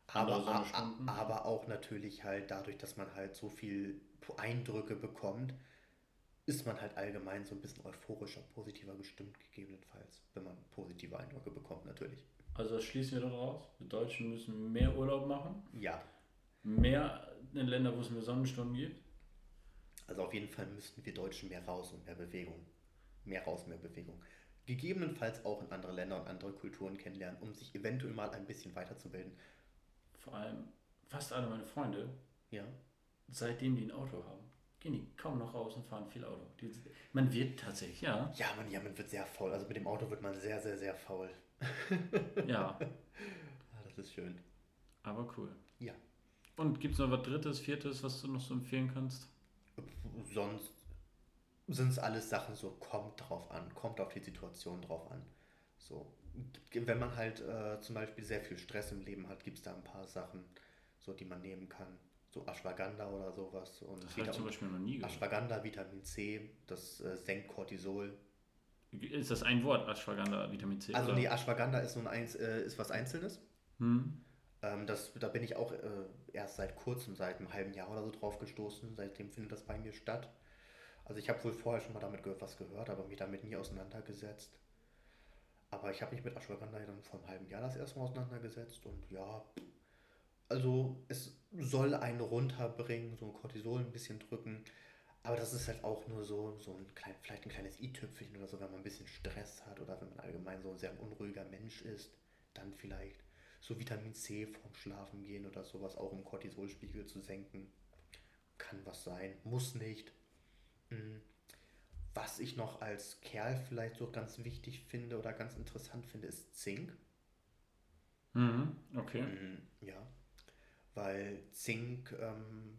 Aber, andere a- Sonnenstunden. a- aber auch natürlich halt dadurch, dass man halt so viel Eindrücke bekommt, ist man halt allgemein so ein bisschen euphorischer, positiver gestimmt, gegebenenfalls, wenn man positive Eindrücke bekommt, natürlich. Also das schließen wir daraus. Wir Deutschen müssen mehr Urlaub machen, Ja, mehr in Länder, wo es mehr Sonnenstunden gibt. also auf jeden Fall müssten wir Deutschen mehr raus und mehr Bewegung. Mehr raus, mehr Bewegung. Gegebenenfalls auch in andere Länder und andere Kulturen kennenlernen, um sich eventuell mal ein bisschen weiterzubilden. Vor allem fast alle meine Freunde, Ja, seitdem die ein Auto haben, gehen die kaum noch raus und fahren viel Auto. Die, man wird tatsächlich, ja, ja, man, ja, man wird sehr faul. Also mit dem Auto wird man sehr, sehr, sehr faul. ja, Ah, das ist schön. aber cool. Ja. Und gibt es noch was Drittes, Viertes, was du noch so empfehlen kannst? Sonst sind es alles Sachen so, kommt drauf an, kommt auf die Situation drauf an. So, wenn man halt äh, zum Beispiel sehr viel Stress im Leben hat, gibt es da ein paar Sachen, so die man nehmen kann. So Ashwagandha oder sowas. Und Das habe ich zum Beispiel noch nie gehört. Ashwagandha, Vitamin C, das äh, senkt Cortisol. Ist das ein Wort, Ashwagandha, Vitamin C? Also oder? nee, Ashwagandha ist so ein Einz äh, ist was Einzelnes. Hm? Ähm, das, da bin ich auch äh, erst seit kurzem, seit einem halben Jahr oder so drauf gestoßen. Seitdem findet das bei mir statt. Also ich habe wohl vorher schon mal damit ge was gehört, aber mich damit nie auseinandergesetzt. Aber ich habe mich mit Ashwagandha dann vor einem halben Jahr das erste Mal auseinandergesetzt und ja, also es soll einen runterbringen, so ein Cortisol ein bisschen drücken. Aber das ist halt auch nur so, so ein klein, vielleicht ein kleines i-Tüpfelchen oder so, wenn man ein bisschen Stress hat oder wenn man allgemein so ein sehr unruhiger Mensch ist, dann vielleicht so Vitamin C vorm Schlafen gehen oder sowas, auch um Cortisolspiegel zu senken. Kann was sein, muss nicht. Mm, Was ich noch als Kerl vielleicht so ganz wichtig finde oder ganz interessant finde, ist Zink. Mhm. Okay. Mm, Ja, weil Zink, ähm,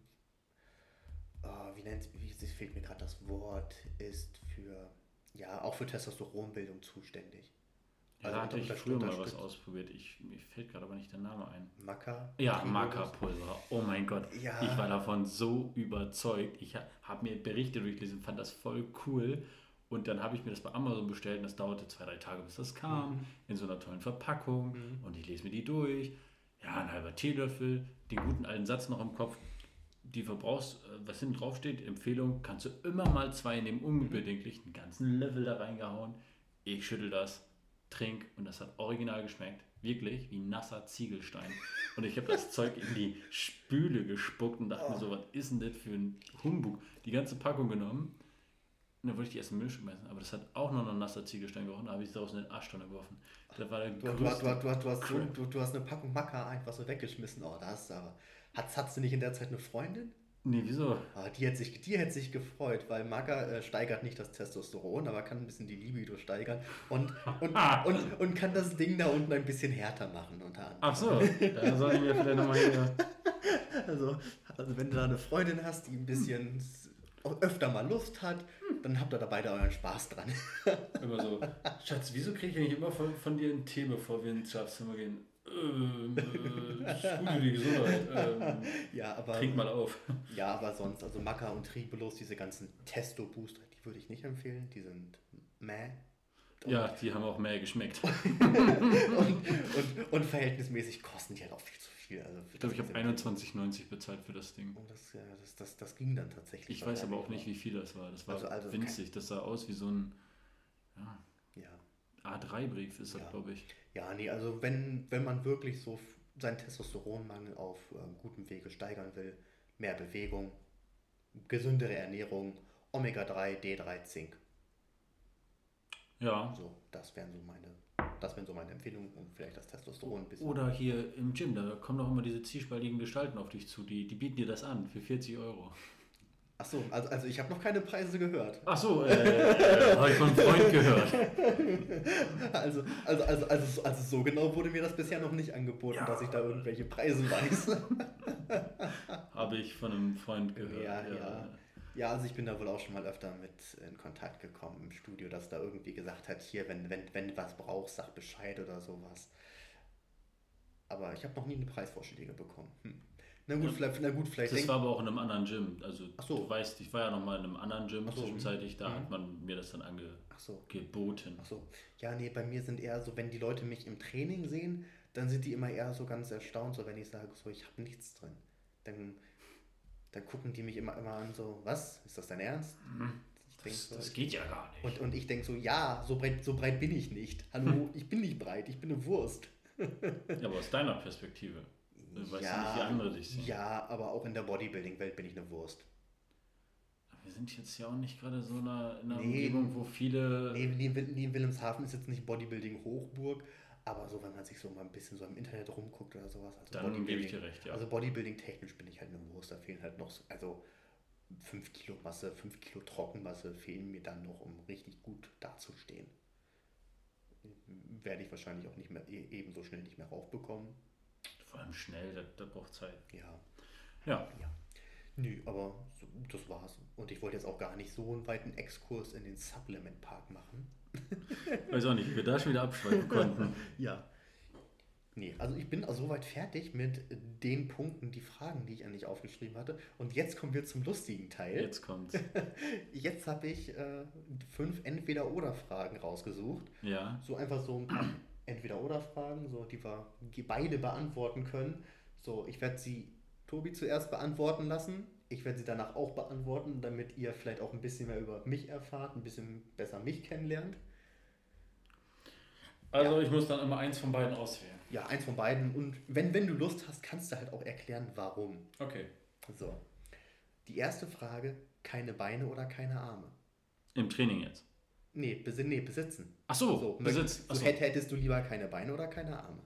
äh, wie nennt, wie es fehlt mir gerade das Wort, ist für, ja, auch für Testosteronbildung zuständig. Ja, Also da hatte unter, ich unter, früher mal was unterstützt ausprobiert. Ich, mir fällt gerade aber nicht der Name ein. Maca, Ja, Tribulus. Maca-Pulver. Oh mein Gott. Ja. Ich war davon so überzeugt. Ich habe mir Berichte durchgelesen, fand das voll cool. Und dann habe ich mir das bei Amazon bestellt und das dauerte zwei, drei Tage, bis das kam. Mhm. In so einer tollen Verpackung. Mhm. Und ich lese mir die durch. Ja, ein halber Teelöffel. Den guten alten Satz noch im Kopf. Die Verbrauchs, äh, was hinten drauf steht, Empfehlung, kannst du immer mal zwei nehmen, unbedenklich. Einen ganzen Löffel da reingehauen. Ich schüttel das, trink und das hat original geschmeckt. Wirklich wie nasser Ziegelstein. Und ich habe das Zeug in die Spüle gespuckt und dachte mir so, was ist denn das für ein Humbug? Die ganze Packung genommen und dann wollte ich die erst in den Müll schmeißen. Aber das hat auch noch ein nasser Ziegelstein gerochen. Da habe ich es daraus in den Arschtonne geworfen. Das war der Du, du, du, größte du, du, hast so, Crap. du, du hast eine Packung Maca einfach so weggeschmissen. Oh, da hast du aber. Hast, hattest du nicht in der Zeit eine Freundin? Nee, wieso? Ah, die hätte sich, die hätte sich gefreut, weil Maca äh, steigert nicht das Testosteron, aber kann ein bisschen die Libido steigern und, und, und, und kann das Ding da unten ein bisschen härter machen unter anderem. Ach so, da soll ich mir vielleicht nochmal hier... Also, also wenn du da eine Freundin hast, die ein bisschen s- auch öfter mal Lust hat, dann habt ihr da beide euren Spaß dran. Immer so, Schatz, wieso kriege ich eigentlich immer von, von dir einen Tee, bevor wir ins Schlafzimmer gehen? Ähm, äh, das ist gut für die Gesundheit. Ähm, Ja, aber, trink mal auf. ja, aber sonst, also Maca und Tribulus, diese ganzen Testo-Booster, die würde ich nicht empfehlen, die sind meh. Ja, die haben auch mehr geschmeckt. und, und, und verhältnismäßig kosten die halt auch viel zu viel. Also für Ich glaube, ich das, habe was sie- einundzwanzig neunzig bezahlt für das Ding. Oh, das, ja, das, das, das ging dann tatsächlich. Ich weiß aber auch wahrscheinlich nicht, wie viel das war. Das war Also- also winzig. Das sah aus wie so ein ja, noch. Ja. A drei Brief ist das, Ja. glaube ich. Ja, nee, also wenn, wenn man wirklich so f- seinen Testosteronmangel auf ähm, gutem Wege steigern will, mehr Bewegung, gesündere Ernährung, Omega drei, D drei, Zink. Ja. So, das wären so meine, das wären so meine Empfehlungen und vielleicht das Testosteron ein bisschen. Oder hier im Gym, da kommen doch immer diese zwiespaltigen Gestalten auf dich zu. Die, die bieten dir das an für vierzig Euro. Ach so, also, also ich habe noch keine Preise gehört. Ach so, äh, äh, habe ich von einem Freund gehört. Also, also, also, also, also so genau wurde mir das bisher noch nicht angeboten, Ja. dass ich da irgendwelche Preise weiß. Habe ich von einem Freund gehört. Ja, ja. Ja, also ich bin da wohl auch schon mal öfter mit in Kontakt gekommen im Studio, dass da irgendwie gesagt hat, hier, wenn, wenn, wenn du was brauchst, sag Bescheid oder sowas. Aber ich habe noch nie eine Preisvorschläge bekommen. Hm. Na gut, Ja. vielleicht, na gut, vielleicht Das denk- war aber auch in einem anderen Gym. Also Ach so. du weißt, ich war ja noch mal in einem anderen Gym Ach so, zwischenzeitlich, da mhm. hat man mir das dann Ach so. angeboten. Ach so. Ja, nee, bei mir sind eher so, wenn die Leute mich im Training sehen, dann sind die immer eher so ganz erstaunt, so wenn ich sage, so, ich habe nichts drin. Dann, dann gucken die mich immer, immer an, so, was? Ist das dein Ernst? Ich denk Das, so, das ich- geht ja gar nicht. Und, und ich denke so, ja, so breit, so breit bin ich nicht. Hallo, ich bin nicht breit, ich bin eine Wurst. Ja, aber aus deiner Perspektive. Du weißt ja nicht, wie andere dich sehen. Ja, aber auch in der Bodybuilding-Welt bin ich eine Wurst. Wir sind jetzt ja auch nicht gerade so in einer, in einer Nee. Umgebung, wo viele... Nee, nee, nee, Wilhelmshaven ist jetzt nicht Bodybuilding-Hochburg, aber so, wenn man sich so mal ein bisschen so im Internet rumguckt oder sowas. Also Dann gebe ich dir recht, ja. Also Bodybuilding-technisch bin ich halt eine Wurst. Da fehlen halt noch, so- also fünf Kilo Masse, fünf Kilo Trockenmasse fehlen mir dann noch, um richtig gut dazustehen. Werde ich wahrscheinlich auch nicht mehr e- ebenso schnell nicht mehr raufbekommen. Vor allem schnell, das, das braucht Zeit. Ja. Ja. Ja. Nö, aber so, das war's. Und ich wollte jetzt auch gar nicht so einen weiten Exkurs in den Supplement Park machen. Weiß auch nicht, wie wir da schon wieder abschweifen konnten. Ja. Nee, also ich bin soweit fertig mit den Punkten, die Fragen, die ich eigentlich aufgeschrieben hatte. Und jetzt kommen wir zum lustigen Teil. Jetzt kommt's. Jetzt habe ich äh, fünf Entweder-Oder-Fragen rausgesucht. Ja. So einfach so ein paar Entweder-Oder-Fragen, so, die wir die beide beantworten können. So, ich werde sie Tobi zuerst beantworten lassen. Ich werde sie danach auch beantworten, damit ihr vielleicht auch ein bisschen mehr über mich erfahrt, ein bisschen besser mich kennenlernt. Also Ja. ich muss dann immer eins von beiden auswählen. Ja, eins von beiden. Und wenn, wenn du Lust hast, kannst du halt auch erklären, warum. Okay. So. Die erste Frage, keine Beine oder keine Arme? Im Training jetzt. Nee, besi nee besitzen. Ach so, So, Besitz. So, Ach so. hätt- hättest du lieber keine Beine oder keine Arme?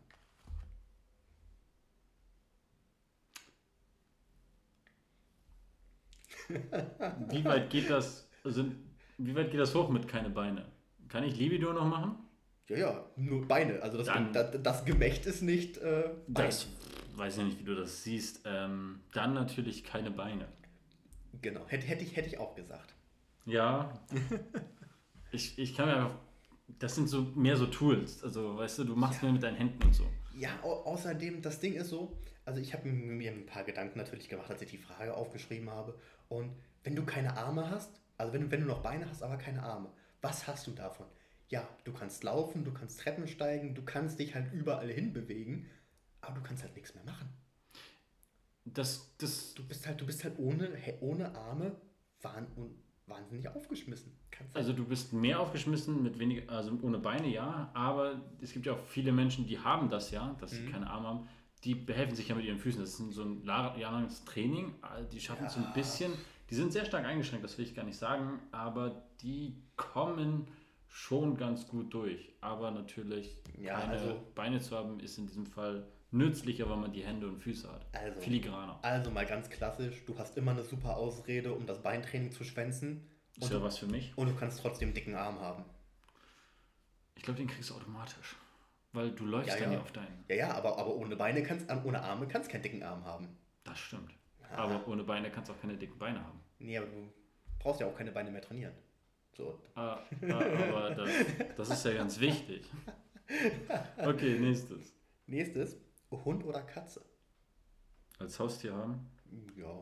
Wie weit geht das, also, wie weit geht das hoch mit keine Beine? Kann ich Libido noch machen? Ja, ja, nur Beine. Also das, Dann- das, das Gemächt ist nicht äh, Das weiß ich nicht, wie du das siehst. Ähm, dann natürlich keine Beine. Bein. Genau, hätte, hätte, ich, hätte ich auch gesagt. Ja. ich, ich kann mir einfach. Das sind so mehr so Tools. Also, weißt du, du machst Ja. mehr mit deinen Händen und so. Ja, au außerdem, das Ding ist so, also ich habe mir ein paar Gedanken natürlich gemacht, als ich die Frage aufgeschrieben habe. Und wenn du keine Arme hast, also wenn, wenn du noch Beine hast, aber keine Arme, was hast du davon? Ja, du kannst laufen, du kannst Treppen steigen, du kannst dich halt überall hin bewegen, aber du kannst halt nichts mehr machen. Das, das, Du bist halt, du bist halt ohne, hä- ohne Arme wahn, und wahnsinnig aufgeschmissen. Kannst halt, also du bist mehr aufgeschmissen mit wenig, also ohne Beine, ja, aber es gibt ja auch viele Menschen, die haben das ja, dass sie Mhm. keine Arme haben. Die behelfen sich ja mit ihren Füßen. Das ist so ein la- jahrelanges Training. Die schaffen es so ein Ja. bisschen. Die sind sehr stark eingeschränkt, das will ich gar nicht sagen, aber die kommen schon ganz gut durch. Aber natürlich, Ja, keine also- Beine zu haben, ist in diesem Fall nützlicher, weil man die Hände und Füße hat. Also. Filigraner. also mal ganz klassisch, du hast immer eine super Ausrede, um das Beintraining zu schwänzen Ist und ja du, was für mich. und du kannst trotzdem einen dicken Arm haben. Ich glaube, den kriegst du automatisch. Weil du läufst Ja, dann ja. ja auf deinen. Ja, ja, aber, aber ohne Beine kannst, ähm, ohne Arme kannst keinen dicken Arm haben. Das stimmt. Ah. Aber ohne Beine kannst du auch keine dicken Beine haben. Nee, aber du brauchst ja auch keine Beine mehr trainieren. So. Ah, ah, aber das, das ist ja ganz wichtig. Okay, nächstes. Nächstes, Hund oder Katze? Als Haustier haben. Ja,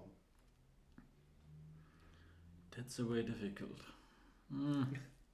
That's a way difficult. Hm.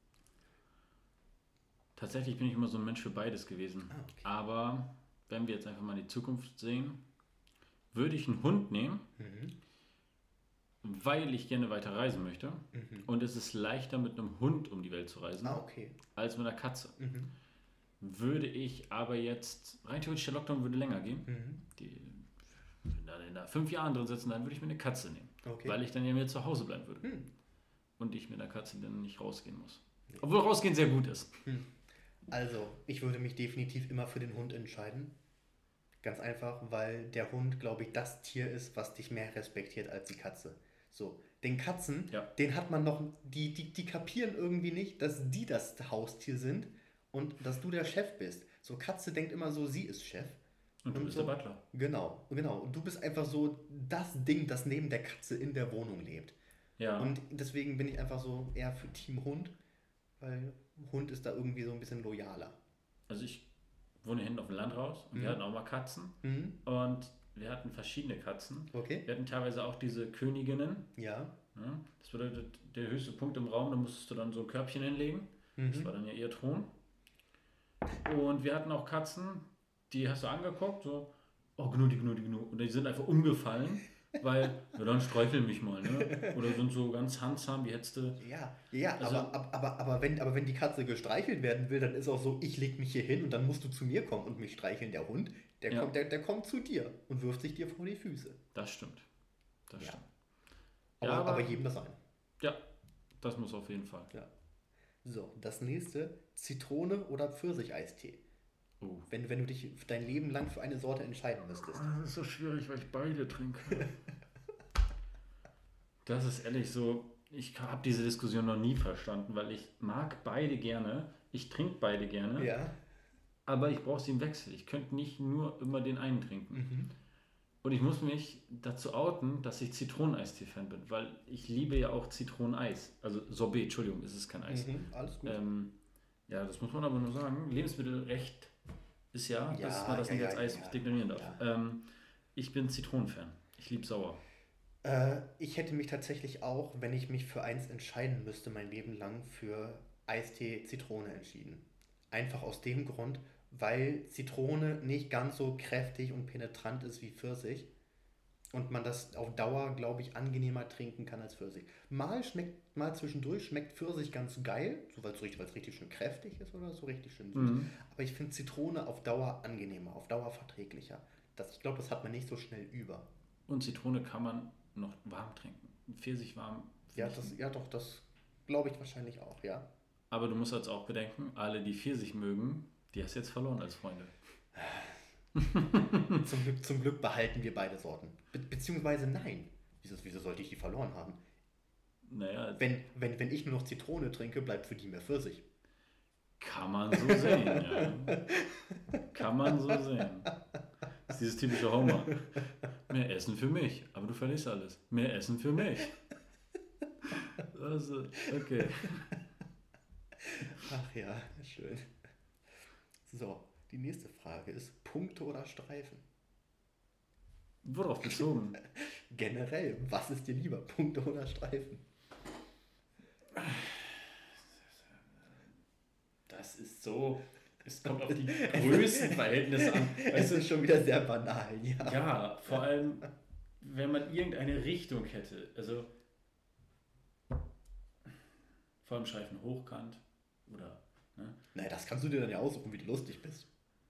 Tatsächlich bin ich immer so ein Mensch für beides gewesen. Ah, okay. Aber wenn wir jetzt einfach mal in die Zukunft sehen, würde ich einen Hund nehmen, mhm. weil ich gerne weiter reisen möchte. Mhm. Und es ist leichter mit einem Hund um die Welt zu reisen, Ah, okay. als mit einer Katze. Mhm. Würde ich aber jetzt, rein theoretisch der Lockdown würde länger gehen, Mhm. die, wenn da in da fünf Jahren drin sitzen, dann würde ich mir eine Katze nehmen. Okay. Weil ich dann ja mehr zu Hause bleiben würde. Hm. Und ich mit der Katze dann nicht rausgehen muss. Obwohl rausgehen sehr gut ist. Also, ich würde mich definitiv immer für den Hund entscheiden. Ganz einfach, weil der Hund, glaube ich, das Tier ist, was dich mehr respektiert als die Katze. So, den Katzen, Ja. den hat man noch, die, die, die kapieren irgendwie nicht, dass die das Haustier sind und dass du der Chef bist. So, Katze denkt immer so, sie ist Chef. Und du Und bist so- der Butler. Genau, genau. Und du bist einfach so das Ding, das neben der Katze in der Wohnung lebt. Ja. Und deswegen bin ich einfach so eher für Team Hund, weil Hund ist da irgendwie so ein bisschen loyaler. Also ich wohne hier hinten auf dem Land raus und Mhm. wir hatten auch mal Katzen. Mhm. Und wir hatten verschiedene Katzen. Okay? Wir hatten teilweise auch diese Königinnen. Ja. Ja, das bedeutet, der höchste Punkt im Raum, da musstest du dann so ein Körbchen hinlegen. Das Mhm. war dann ja ihr Thron. Und wir hatten auch Katzen, die hast du angeguckt, so, oh, gnu, die gnu, die gnu. Und die sind einfach umgefallen, weil, ja, dann streichel mich mal, ne? Oder sind so ganz handzahm, die hättest du. Ja, ja, Also- aber, aber, aber, aber, wenn, aber wenn die Katze gestreichelt werden will, dann ist auch so, ich leg mich hier hin und dann musst du zu mir kommen und mich streicheln. Der Hund, der, Ja. kommt, der, der kommt zu dir und wirft sich dir vor die Füße. Das stimmt. Das Ja. stimmt. Aber, Ja, aber, aber- jedem das ein. Ja, das muss auf jeden Fall. So, das nächste, Zitrone oder Pfirsicheistee. Oh. Wenn, wenn du dich dein Leben lang für eine Sorte entscheiden müsstest. Das ist so schwierig, weil ich beide trinke. Das ist ehrlich so, ich habe diese Diskussion noch nie verstanden, weil ich mag beide gerne, ich trinke beide gerne, Ja. aber ich brauche sie im Wechsel. Ich könnte nicht nur immer den einen trinken. Mhm. Und ich muss mich dazu outen, dass ich Zitroneneistee-Fan bin, weil ich liebe ja auch Zitroneneis. Also Sorbet, Entschuldigung, es ist kein Eis. Mhm. Alles gut. Ähm, ja, das muss man aber nur sagen. Lebensmittelrecht ist ja, Ja, dass man das ja, nicht ja, als Eis ja. deklarieren darf. Ja. Ähm, ich bin Zitronenfan. Ich liebe sauer. Äh, ich hätte mich tatsächlich auch, wenn ich mich für eins entscheiden müsste, mein Leben lang für Eistee Zitrone entschieden. Einfach aus dem Grund, weil Zitrone nicht ganz so kräftig und penetrant ist wie Pfirsich und man das auf Dauer, glaube ich, angenehmer trinken kann als Pfirsich. Mal schmeckt, mal zwischendurch schmeckt Pfirsich ganz geil, so weil es richtig, weil's richtig schön kräftig ist oder so richtig schön süß. Mhm. Aber ich finde Zitrone auf Dauer angenehmer, auf Dauer verträglicher. Das, ich glaube, das hat man nicht so schnell über. Und Zitrone kann man noch warm trinken. Pfirsich warm. Ja, finde ich- das, ja doch, das glaube ich wahrscheinlich auch, ja. Aber du musst jetzt auch bedenken, alle, die Pfirsich mögen, die hast du jetzt verloren als Freunde. Zum Glück, zum Glück behalten wir beide Sorten. Be beziehungsweise nein. Wieso, wieso sollte ich die verloren haben? Naja, Wenn, wenn, wenn ich nur noch Zitrone trinke, bleibt für die mehr Pfirsich. kann man so sehen, ja. Kann man so sehen. Das ist dieses typische Homer. Mehr Essen für mich, aber du verlierst alles. Mehr Essen für mich. Also, okay. Ach ja, schön. So, die nächste Frage ist Punkte oder Streifen? Worauf bezogen? Generell, was ist dir lieber, Punkte oder Streifen? Das ist so. Es kommt auf die Größenverhältnisse an. Es Weißt du, ist schon wieder sehr banal, ja. ja, vor allem, wenn man irgendeine Richtung hätte. Also, vor allem Streifen hochkant oder. Ne? Naja, das kannst du dir dann ja aussuchen, wie du lustig bist.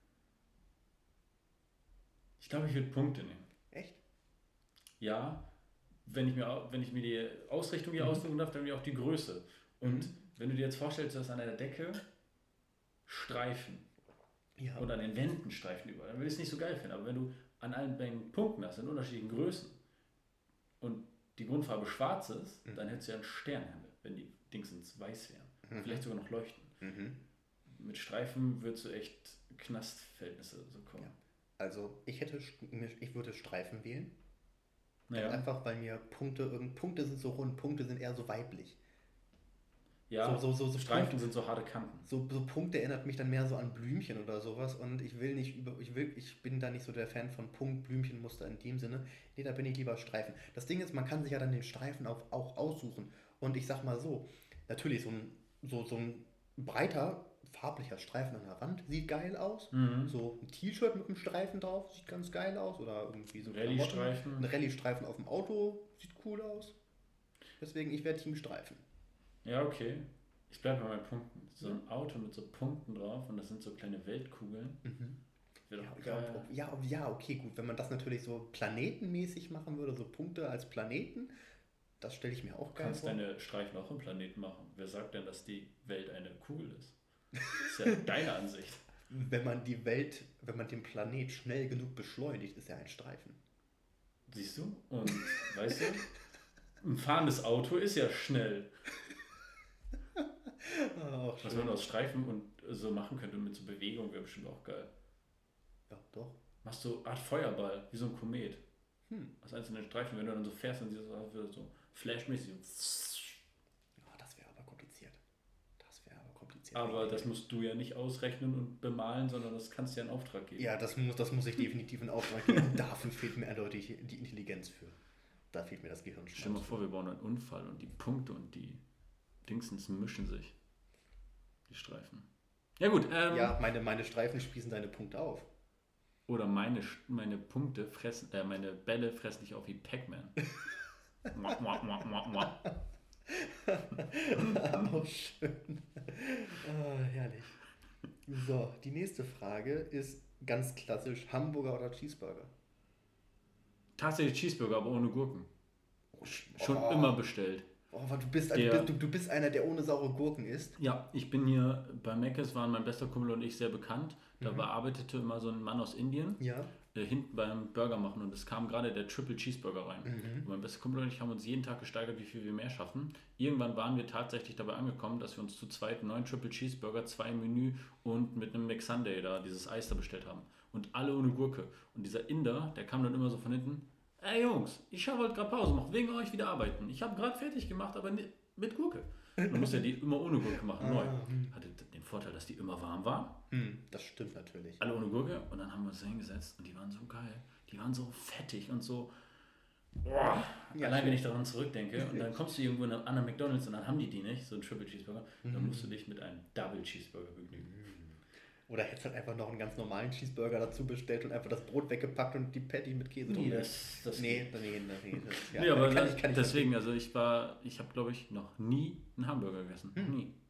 Ich glaube, ich würde Punkte nehmen. Echt? Ja, wenn ich mir, au- wenn ich mir die Ausrichtung hier Mhm. aussuchen darf, dann auch die Größe. Und Mhm. wenn du dir jetzt vorstellst, du hast an der Decke Streifen Ja. und an den Wänden Streifen überall, dann würde ich es nicht so geil finden. Aber wenn du an allen Bänken Punkten hast, in unterschiedlichen Größen und die Grundfarbe schwarz ist, Mhm. dann hättest du ja einen Sternhimmel, wenn die Dingsens weiß wären. Mhm. Vielleicht sogar noch leuchten. Mhm. Mit Streifen würdest du echt Knastverhältnisse so kommen. Ja. Also ich hätte, ich würde Streifen wählen. Naja, Einfach weil mir Punkte, irgend Punkte sind so rund, Punkte sind eher so weiblich. ja, so, so, so, so Streifen Punkte, sind so harte Kanten. so, so Punkte erinnert mich dann mehr so an Blümchen oder sowas und ich will nicht über, ich will, ich bin da nicht so der Fan von Punkt, Blümchenmuster in dem Sinne. Nee, da bin ich lieber Streifen. Das Ding ist, man kann sich ja dann den Streifen auch, auch aussuchen. Und ich sag mal so, natürlich so ein, so, so ein breiter, farblicher Streifen an der Wand sieht geil aus. Mhm. So ein T-Shirt mit einem Streifen drauf sieht ganz geil aus. Oder irgendwie so Rallye-Streifen. Klamotten. Ein Rallye-Streifen auf dem Auto sieht cool aus. Deswegen, ich werde Team Streifen. Ja, okay. Ich bleibe bei meinen Punkten. So ein Auto mit so Punkten drauf und das sind so kleine Weltkugeln. Mhm. Wäre Ja, doch ja, geil. ja, ja, okay, gut. Wenn man das natürlich so planetenmäßig machen würde, so Punkte als Planeten, das stelle ich mir auch Du geil kannst vor. deine Streifen auch im Planeten machen. Wer sagt denn, dass die Welt eine Kugel ist? Das ist ja deine Ansicht. Wenn man die Welt, wenn man den Planet schnell genug beschleunigt, ist er ein Streifen. Siehst du? Und weißt du, ein fahrendes Auto ist ja schnell. Ach, Was man aus Streifen und so machen könnte mit so Bewegung, wäre bestimmt auch geil. Ja, doch. Machst du Art Feuerball, wie so ein Komet. Hm. Aus einzelnen Streifen, wenn du dann so fährst, dann siehst du so, so flashmäßig. Ja, das wäre aber kompliziert. Das wäre aber kompliziert. Aber das musst du ja nicht ausrechnen und bemalen, sondern das kannst du ja in Auftrag geben. Ja, das muss, das muss ich definitiv in Auftrag geben. Dafür fehlt mir eindeutig die Intelligenz für. Da fehlt mir das Gehirn Stell dir mal vor, wir bauen einen Unfall und die Punkte und die Dingsens mischen sich. Die Streifen. Ja gut, ähm, Ja, meine, meine Streifen spießen deine Punkte auf. Oder meine, Sch- meine Punkte fressen, äh, meine Bälle fressen dich auf wie Pac-Man. Mua, mua, mua, mua, mua. Auch schön. Ah, herrlich. So, die nächste Frage ist ganz klassisch: Hamburger oder Cheeseburger? Tatsächlich Cheeseburger, aber ohne Gurken. Oh, Schon oh, immer bestellt. oh, du, bist, du, Der, bist, du, du bist einer, der ohne saure Gurken isst. ja, ich bin hier bei Mc's, waren mein bester Kumpel und ich sehr bekannt. Da Mhm. bearbeitete immer so ein Mann aus Indien, Ja. äh, hinten beim Burger machen und es kam gerade der Triple Cheeseburger rein. Mhm. Und mein bester Kumpel und ich haben uns jeden Tag gesteigert, wie viel wir mehr schaffen. Irgendwann waren wir tatsächlich dabei angekommen, dass wir uns zu zweit einen neuen Triple Cheeseburger, zwei im Menü und mit einem McSunday da, dieses Eis da bestellt haben. Und alle ohne Gurke. Und dieser Inder, der kam dann immer so von hinten: Ey Jungs, ich habe heute gerade Pause gemacht, wegen euch wieder arbeiten. Ich habe gerade fertig gemacht, aber ni- mit Gurke. Man muss ja die immer ohne Gurke machen, neu. Ah, hm. Hatte den Vorteil, dass die immer warm waren. Hm, das stimmt natürlich. Alle ohne Gurke. Und dann haben wir uns da hingesetzt und die waren so geil. Die waren so fettig und so. Boah. Ja, Allein schön. wenn ich daran zurückdenke. Und dann kommst du irgendwo in einem anderen McDonalds und dann haben die die nicht, so ein Triple Cheeseburger. Dann Mhm. musst du dich mit einem Double Cheeseburger begnügen. Oder hättest halt einfach noch einen ganz normalen Cheeseburger dazu bestellt und einfach das Brot weggepackt und die Patty mit Käse Nee, drüber. das, das Nee, nee, nee, nee, das, ja, nee, aber kann ich, kann ich deswegen, also ich war, ich habe glaube ich noch nie einen Hamburger gegessen. Noch Hm. nie.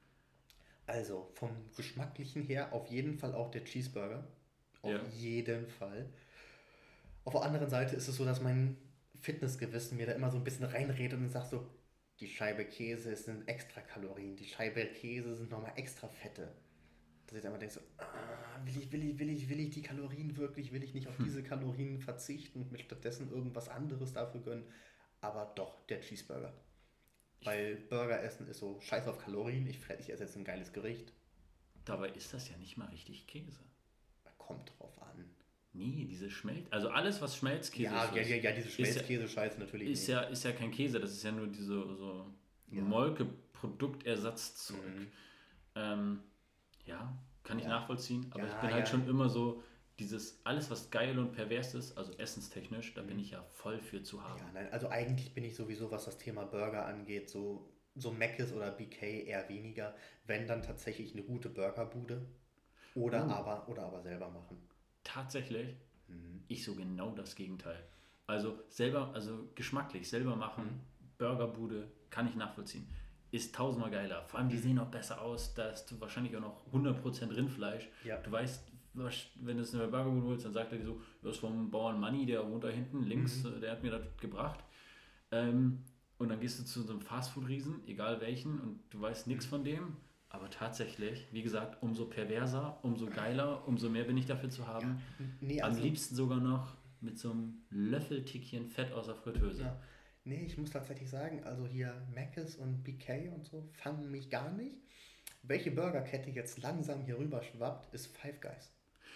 Also vom Geschmacklichen her auf jeden Fall auch der Cheeseburger. Auf Ja. jeden Fall. Auf der anderen Seite ist es so, dass mein Fitnessgewissen mir da immer so ein bisschen reinredet und sagt so, die Scheibe Käse sind extra Kalorien, die Scheibe Käse sind nochmal extra Fette. Dass ich einfach denke so, ah, will ich, will ich, will ich, will ich die Kalorien wirklich, will ich nicht auf diese Kalorien verzichten und mir stattdessen irgendwas anderes dafür gönnen. Aber doch, der Cheeseburger. Weil Burger essen ist so scheiß auf Kalorien, ich, fre- ich esse jetzt ein geiles Gericht. Dabei ist das ja nicht mal richtig Käse. Kommt drauf an. Nee, diese Schmelz... Also alles, was Schmelzkäse Ja, ist, ja, ja, ja, diese ist ja- Schmelzkäse-Scheiße natürlich ist nicht. ja, ist ja kein Käse, das ist ja nur diese so Ja. Molke-Produktersatzzeug. Mhm. Ähm, ja, kann ich Ja. nachvollziehen, aber Ja, ich bin halt ja. schon immer so, dieses, alles was geil und pervers ist, also essenstechnisch, da Mhm. bin ich ja voll für zu haben. Ja, nein, also eigentlich bin ich sowieso, was das Thema Burger angeht, so, so Mc's oder B K eher weniger, wenn dann tatsächlich eine gute Burgerbude oder, Oh. aber, oder aber selber machen. Tatsächlich, Mhm. ich so genau das Gegenteil. Also selber, also geschmacklich, selber machen, Mhm. Burgerbude, kann ich nachvollziehen. Ist tausendmal geiler. Vor allem, die Mhm. sehen auch besser aus, da hast du wahrscheinlich auch noch hundert Prozent Rindfleisch. Ja. Du weißt, was- wenn du es in der Burgerbude holst, dann sagt er dir so, das ist vom Bauern Manni, der wohnt da hinten links, Mhm. äh, der hat mir das gebracht. Ähm, und dann gehst du zu so einem Fastfood-Riesen, egal welchen, und du weißt nichts von dem. Aber tatsächlich, wie gesagt, umso perverser, umso geiler, umso mehr bin ich dafür zu haben. Nee, Am also, liebsten sogar noch mit so einem Löffeltickchen Fett aus der Fritteuse. ja. Nee, ich muss tatsächlich sagen, also hier Mc's und B K und so fangen mich gar nicht. Welche Burgerkette jetzt langsam hier rüber schwappt, ist Five Guys.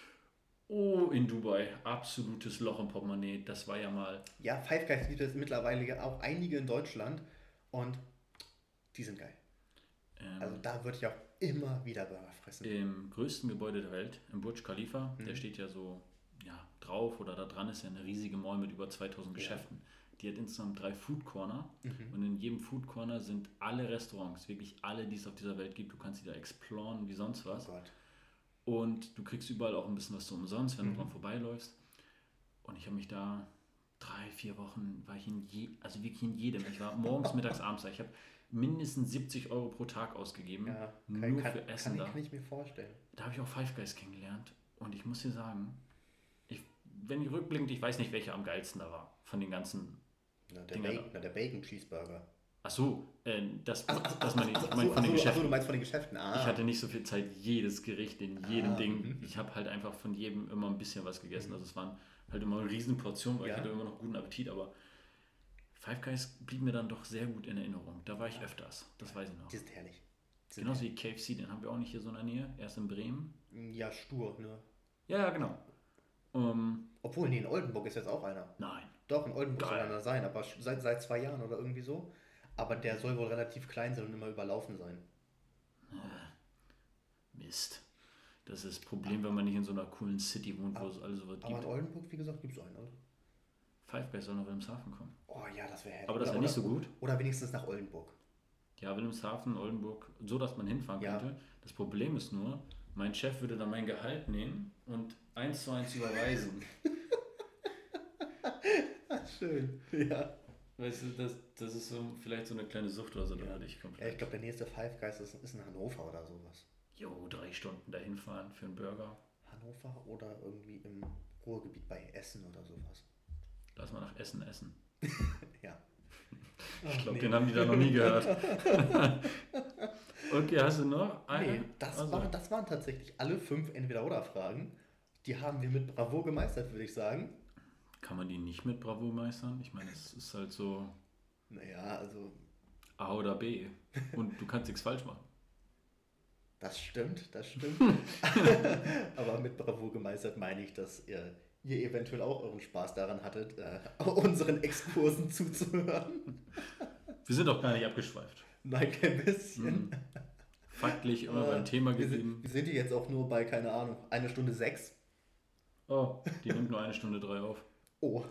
Oh, in Dubai, absolutes Loch im Portemonnaie. Das war ja mal. Ja, Five Guys gibt es mittlerweile auch einige in Deutschland und die sind geil. Ähm, Also da würde ich auch immer wieder Burger fressen. Im größten Gebäude der Welt, im Burj Khalifa, Mhm. der steht ja so ja, drauf oder da dran ist ja eine riesige Mall mit über zweitausend Ja. Geschäften. Die hat insgesamt drei Food Corner Mhm. und in jedem Food Corner sind alle Restaurants, wirklich alle, die es auf dieser Welt gibt. Du kannst die da exploren wie sonst Oh was. Gott. Und du kriegst überall auch ein bisschen was so umsonst, wenn Mhm. du dran vorbeiläufst. Und ich habe mich da drei, vier Wochen, war ich in je, also wirklich in jedem. Ich war morgens, mittags, abends da. Ich habe mindestens siebzig Euro pro Tag ausgegeben, Ja, nur kann, kann, für Essen kann, da. ich, kann ich mir vorstellen. Da habe ich auch Five Guys kennengelernt. Und ich muss dir sagen, ich, wenn ich rückblickend, ich weiß nicht, welcher am geilsten da war. Von den ganzen. Na, der, Dinger Bacon, na, der Bacon Cheeseburger. Ach so, äh, das, Ach, ach, das meine ich. ach, Ich ach, meine so, von ach, den so, ach so, Geschäften. du meinst von den Geschäften. Ah. Ich hatte nicht so viel Zeit, jedes Gericht in jedem Ah, Ding. mhm. Ich habe halt einfach von jedem immer ein bisschen was gegessen. Mhm. Also es waren halt immer eine Riesenportion, weil Ja. ich hatte immer noch guten Appetit, aber Five Guys blieb mir dann doch sehr gut in Erinnerung. Da war ich öfters, das weiß ich noch. Die sind herrlich. Die sind Genauso wie K F C, den haben wir auch nicht hier so in der Nähe, erst in Bremen. herrlich. Ja, stur, ne? Ja, ja, genau. Ähm, Obwohl, nee, in Oldenburg ist jetzt auch einer. nein. Doch, in Oldenburg soll Geil. einer sein, aber sch- seit, seit zwei Jahren oder irgendwie so. Aber der soll wohl relativ klein sein und immer überlaufen sein. Mist. Das ist das Problem, wenn man nicht in so einer coolen City wohnt, wo es alles so was Aber in gibt. Oldenburg, wie gesagt, gibt es einen. Oder? Five Guys soll nach Wilhelmshaven kommen. Oh ja, das wäre herrlich. Aber das Oder- wäre nicht so oder- gut. Oder wenigstens nach Oldenburg. Ja, Wilhelmshaven, Oldenburg, so dass man hinfahren Ja. könnte. Das Problem ist nur, mein Chef würde dann mein Gehalt nehmen und eins zu eins überweisen. Schön, ja. Weißt du, das, das ist so vielleicht so eine kleine Sucht oder so, da hatte ich Ja, komplett. ich glaube, der nächste Five Guys ist, ist in Hannover oder sowas. Jo, drei Stunden dahin fahren für einen Burger. Hannover oder irgendwie im Ruhrgebiet bei Essen oder sowas. Lass mal nach Essen essen. Ja. Ich glaube, den haben die da noch nie gehört. Okay, hast du noch eine? Nee, das, Also, war, das waren tatsächlich alle fünf Entweder-Oder-Fragen. Die haben wir mit Bravour gemeistert, würde ich sagen. kann man die nicht mit Bravour meistern? Ich meine, es ist halt so Naja, also A oder B. Und du kannst nichts falsch machen. das stimmt, das stimmt. Aber mit Bravour gemeistert meine ich, dass ihr, ihr eventuell auch euren Spaß daran hattet, äh, unseren Exkursen zuzuhören. Wir sind doch gar nicht abgeschweift. Nein, kein bisschen. Mhm. Faktlich immer Äh, beim Thema wir, geblieben. sind, wir sind hier jetzt auch nur bei, keine Ahnung, eine Stunde sechs. Oh, die nimmt nur eine Stunde drei auf. Oh.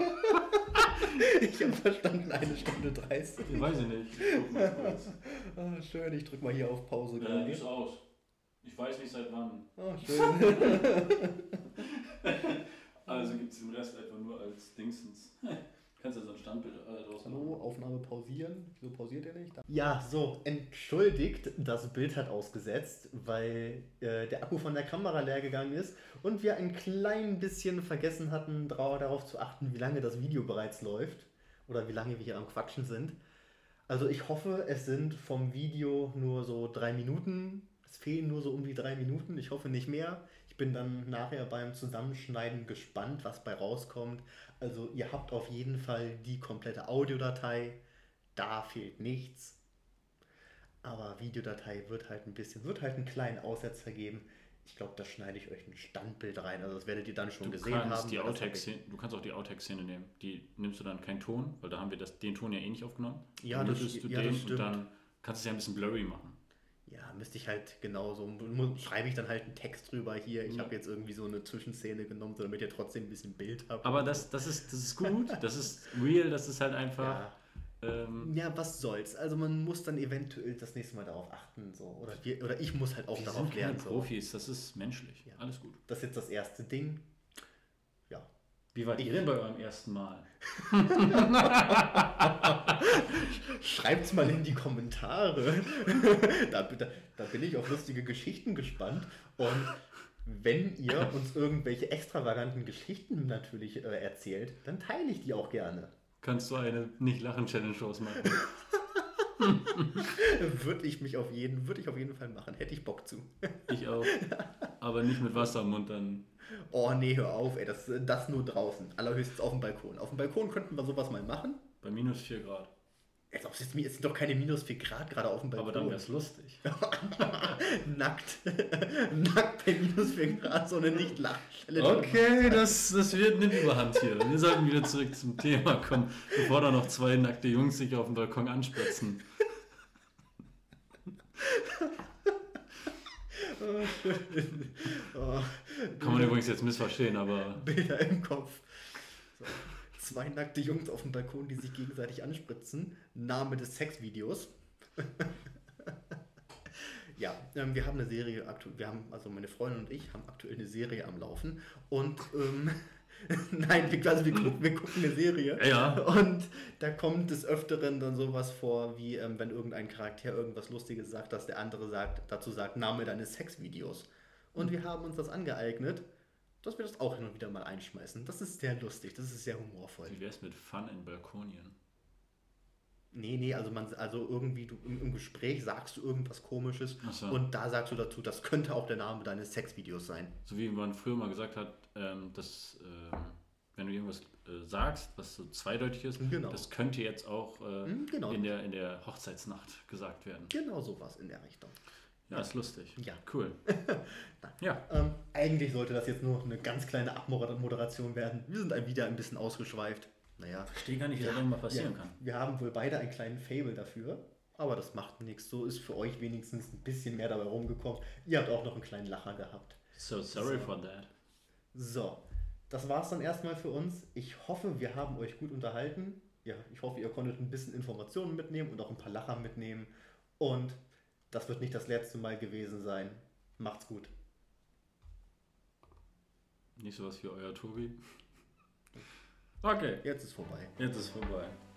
Ich habe verstanden, eine Stunde dreißig. Ich weiß ich nicht. Ich guck mal kurz. Ah, schön, ich drück mal hier auf Pause. Ja, gerade. die ist aus. Ich weiß nicht seit wann. Ah, schön. Also gibt es den Rest einfach nur als Dingsens. Kannst du so ein Standbild äh, draus machen? Hallo, Aufnahme pausieren. Wieso pausiert ihr nicht? Ja, so, entschuldigt, das Bild hat ausgesetzt, weil äh, der Akku von der Kamera leer gegangen ist und wir ein klein bisschen vergessen hatten, drau- darauf zu achten, wie lange das Video bereits läuft oder wie lange wir hier am Quatschen sind. Also ich hoffe, es sind vom Video nur so drei Minuten. Es fehlen nur so um die drei Minuten. Ich hoffe nicht mehr. Ich bin dann nachher beim Zusammenschneiden gespannt, was bei rauskommt. Also ihr habt auf jeden Fall die komplette Audiodatei. Da fehlt nichts. Aber Videodatei wird halt ein bisschen, wird halt einen kleinen Aussetzer geben. Ich glaube, da schneide ich euch ein Standbild rein. Also das werdet ihr dann schon Du gesehen kannst, haben. die weil das hab Outtakes, ich- du kannst auch die Outtakes-Szene nehmen. Die nimmst du dann keinen Ton, weil da haben wir das, den Ton ja eh nicht aufgenommen. Ja, Dann das- mutest du ja, den das stimmt. und dann kannst du es ja ein bisschen blurry machen. Ja, müsste ich halt genauso, mu- schreibe ich dann halt einen Text drüber hier. Ich Ja. habe jetzt irgendwie so eine Zwischenszene genommen, so damit ihr trotzdem ein bisschen Bild habt. Aber das, das, ist, das ist gut, das ist real, das ist halt einfach. Ja. Ähm, Ja, was soll's. Also man muss dann eventuell das nächste Mal darauf achten. So. Oder, wir, oder ich muss halt auch wir darauf sind keine lernen. So. Profis, das ist menschlich. Ja. Alles gut. Das ist jetzt das erste Ding. Ja. Wie wart ihr denn bei eurem ersten Mal? Schreibt's mal in die Kommentare. da, da, da bin ich auf lustige Geschichten gespannt. Und wenn ihr uns irgendwelche extravaganten Geschichten natürlich äh, erzählt, dann teile ich die auch gerne. Kannst du eine Nicht-Lachen-Challenge ausmachen? Würde ich mich auf jeden, würde ich auf jeden Fall machen. Hätte ich Bock zu. Ich auch. Aber nicht mit Wasser im Mund dann. Oh nee, hör auf, ey, das, das nur draußen. Allerhöchstens auf dem Balkon. Auf dem Balkon könnten wir sowas mal machen. Bei minus vier Grad. Als ob es jetzt, es sind doch keine minus vier Grad gerade auf dem Balkon. Aber dann wäre es lustig. Nackt. Nackt bei minus vier Grad, so eine Nicht-Lachstelle. Okay, das, das wird eine Überhand hier. Wir sollten wieder zurück zum Thema kommen, bevor da noch zwei nackte Jungs sich auf dem Balkon anspritzen. Oh, schön. Oh, Kann man übrigens jetzt missverstehen, aber Bilder im Kopf. So. Zwei nackte Jungs auf dem Balkon, die sich gegenseitig anspritzen. Name des Sexvideos. Ja, ähm, wir haben eine Serie aktuell, wir haben, also meine Freundin und ich haben aktuell eine Serie am Laufen und ähm, nein, wir, also wir, gucken, wir gucken eine Serie ja, und da kommt des Öfteren dann sowas vor, wie ähm, wenn irgendein Charakter irgendwas Lustiges sagt, dass der andere sagt, dazu sagt, Name deines Sexvideos. Und wir haben uns das angeeignet, dass wir das auch hin und wieder mal einschmeißen. Das ist sehr lustig, das ist sehr humorvoll. wie wär's mit Fun in Balkonien? Nee, nee, also man, also irgendwie du im, im Gespräch sagst du irgendwas Komisches Ach so. und da sagst du dazu, das könnte auch der Name deines Sexvideos sein. So wie man früher mal gesagt hat, ähm, dass ähm, wenn du irgendwas äh, sagst, was so zweideutig ist, Genau. das könnte jetzt auch äh, Hm, genau. in, der, in der Hochzeitsnacht gesagt werden. Genau sowas in der Richtung. Ja, ist lustig. Ja. Cool. Ja, Ähm, eigentlich sollte das jetzt nur eine ganz kleine Abmoderation werden. Wir sind ein wieder ein bisschen ausgeschweift. Naja, verstehe gar nicht, wie das mal passieren ja, kann. wir haben wohl beide einen kleinen Fable dafür, aber das macht nichts. So ist für euch wenigstens ein bisschen mehr dabei rumgekommen. Ihr habt auch noch einen kleinen Lacher gehabt. So sorry So. for that. So, das war's dann erstmal für uns. Ich hoffe, wir haben euch gut unterhalten. Ja, ich hoffe, ihr konntet ein bisschen Informationen mitnehmen und auch ein paar Lacher mitnehmen. Und das wird nicht das letzte Mal gewesen sein. Macht's gut. Nicht sowas wie euer Tobi. Okay, Jetzt ist vorbei. jetzt ist vorbei.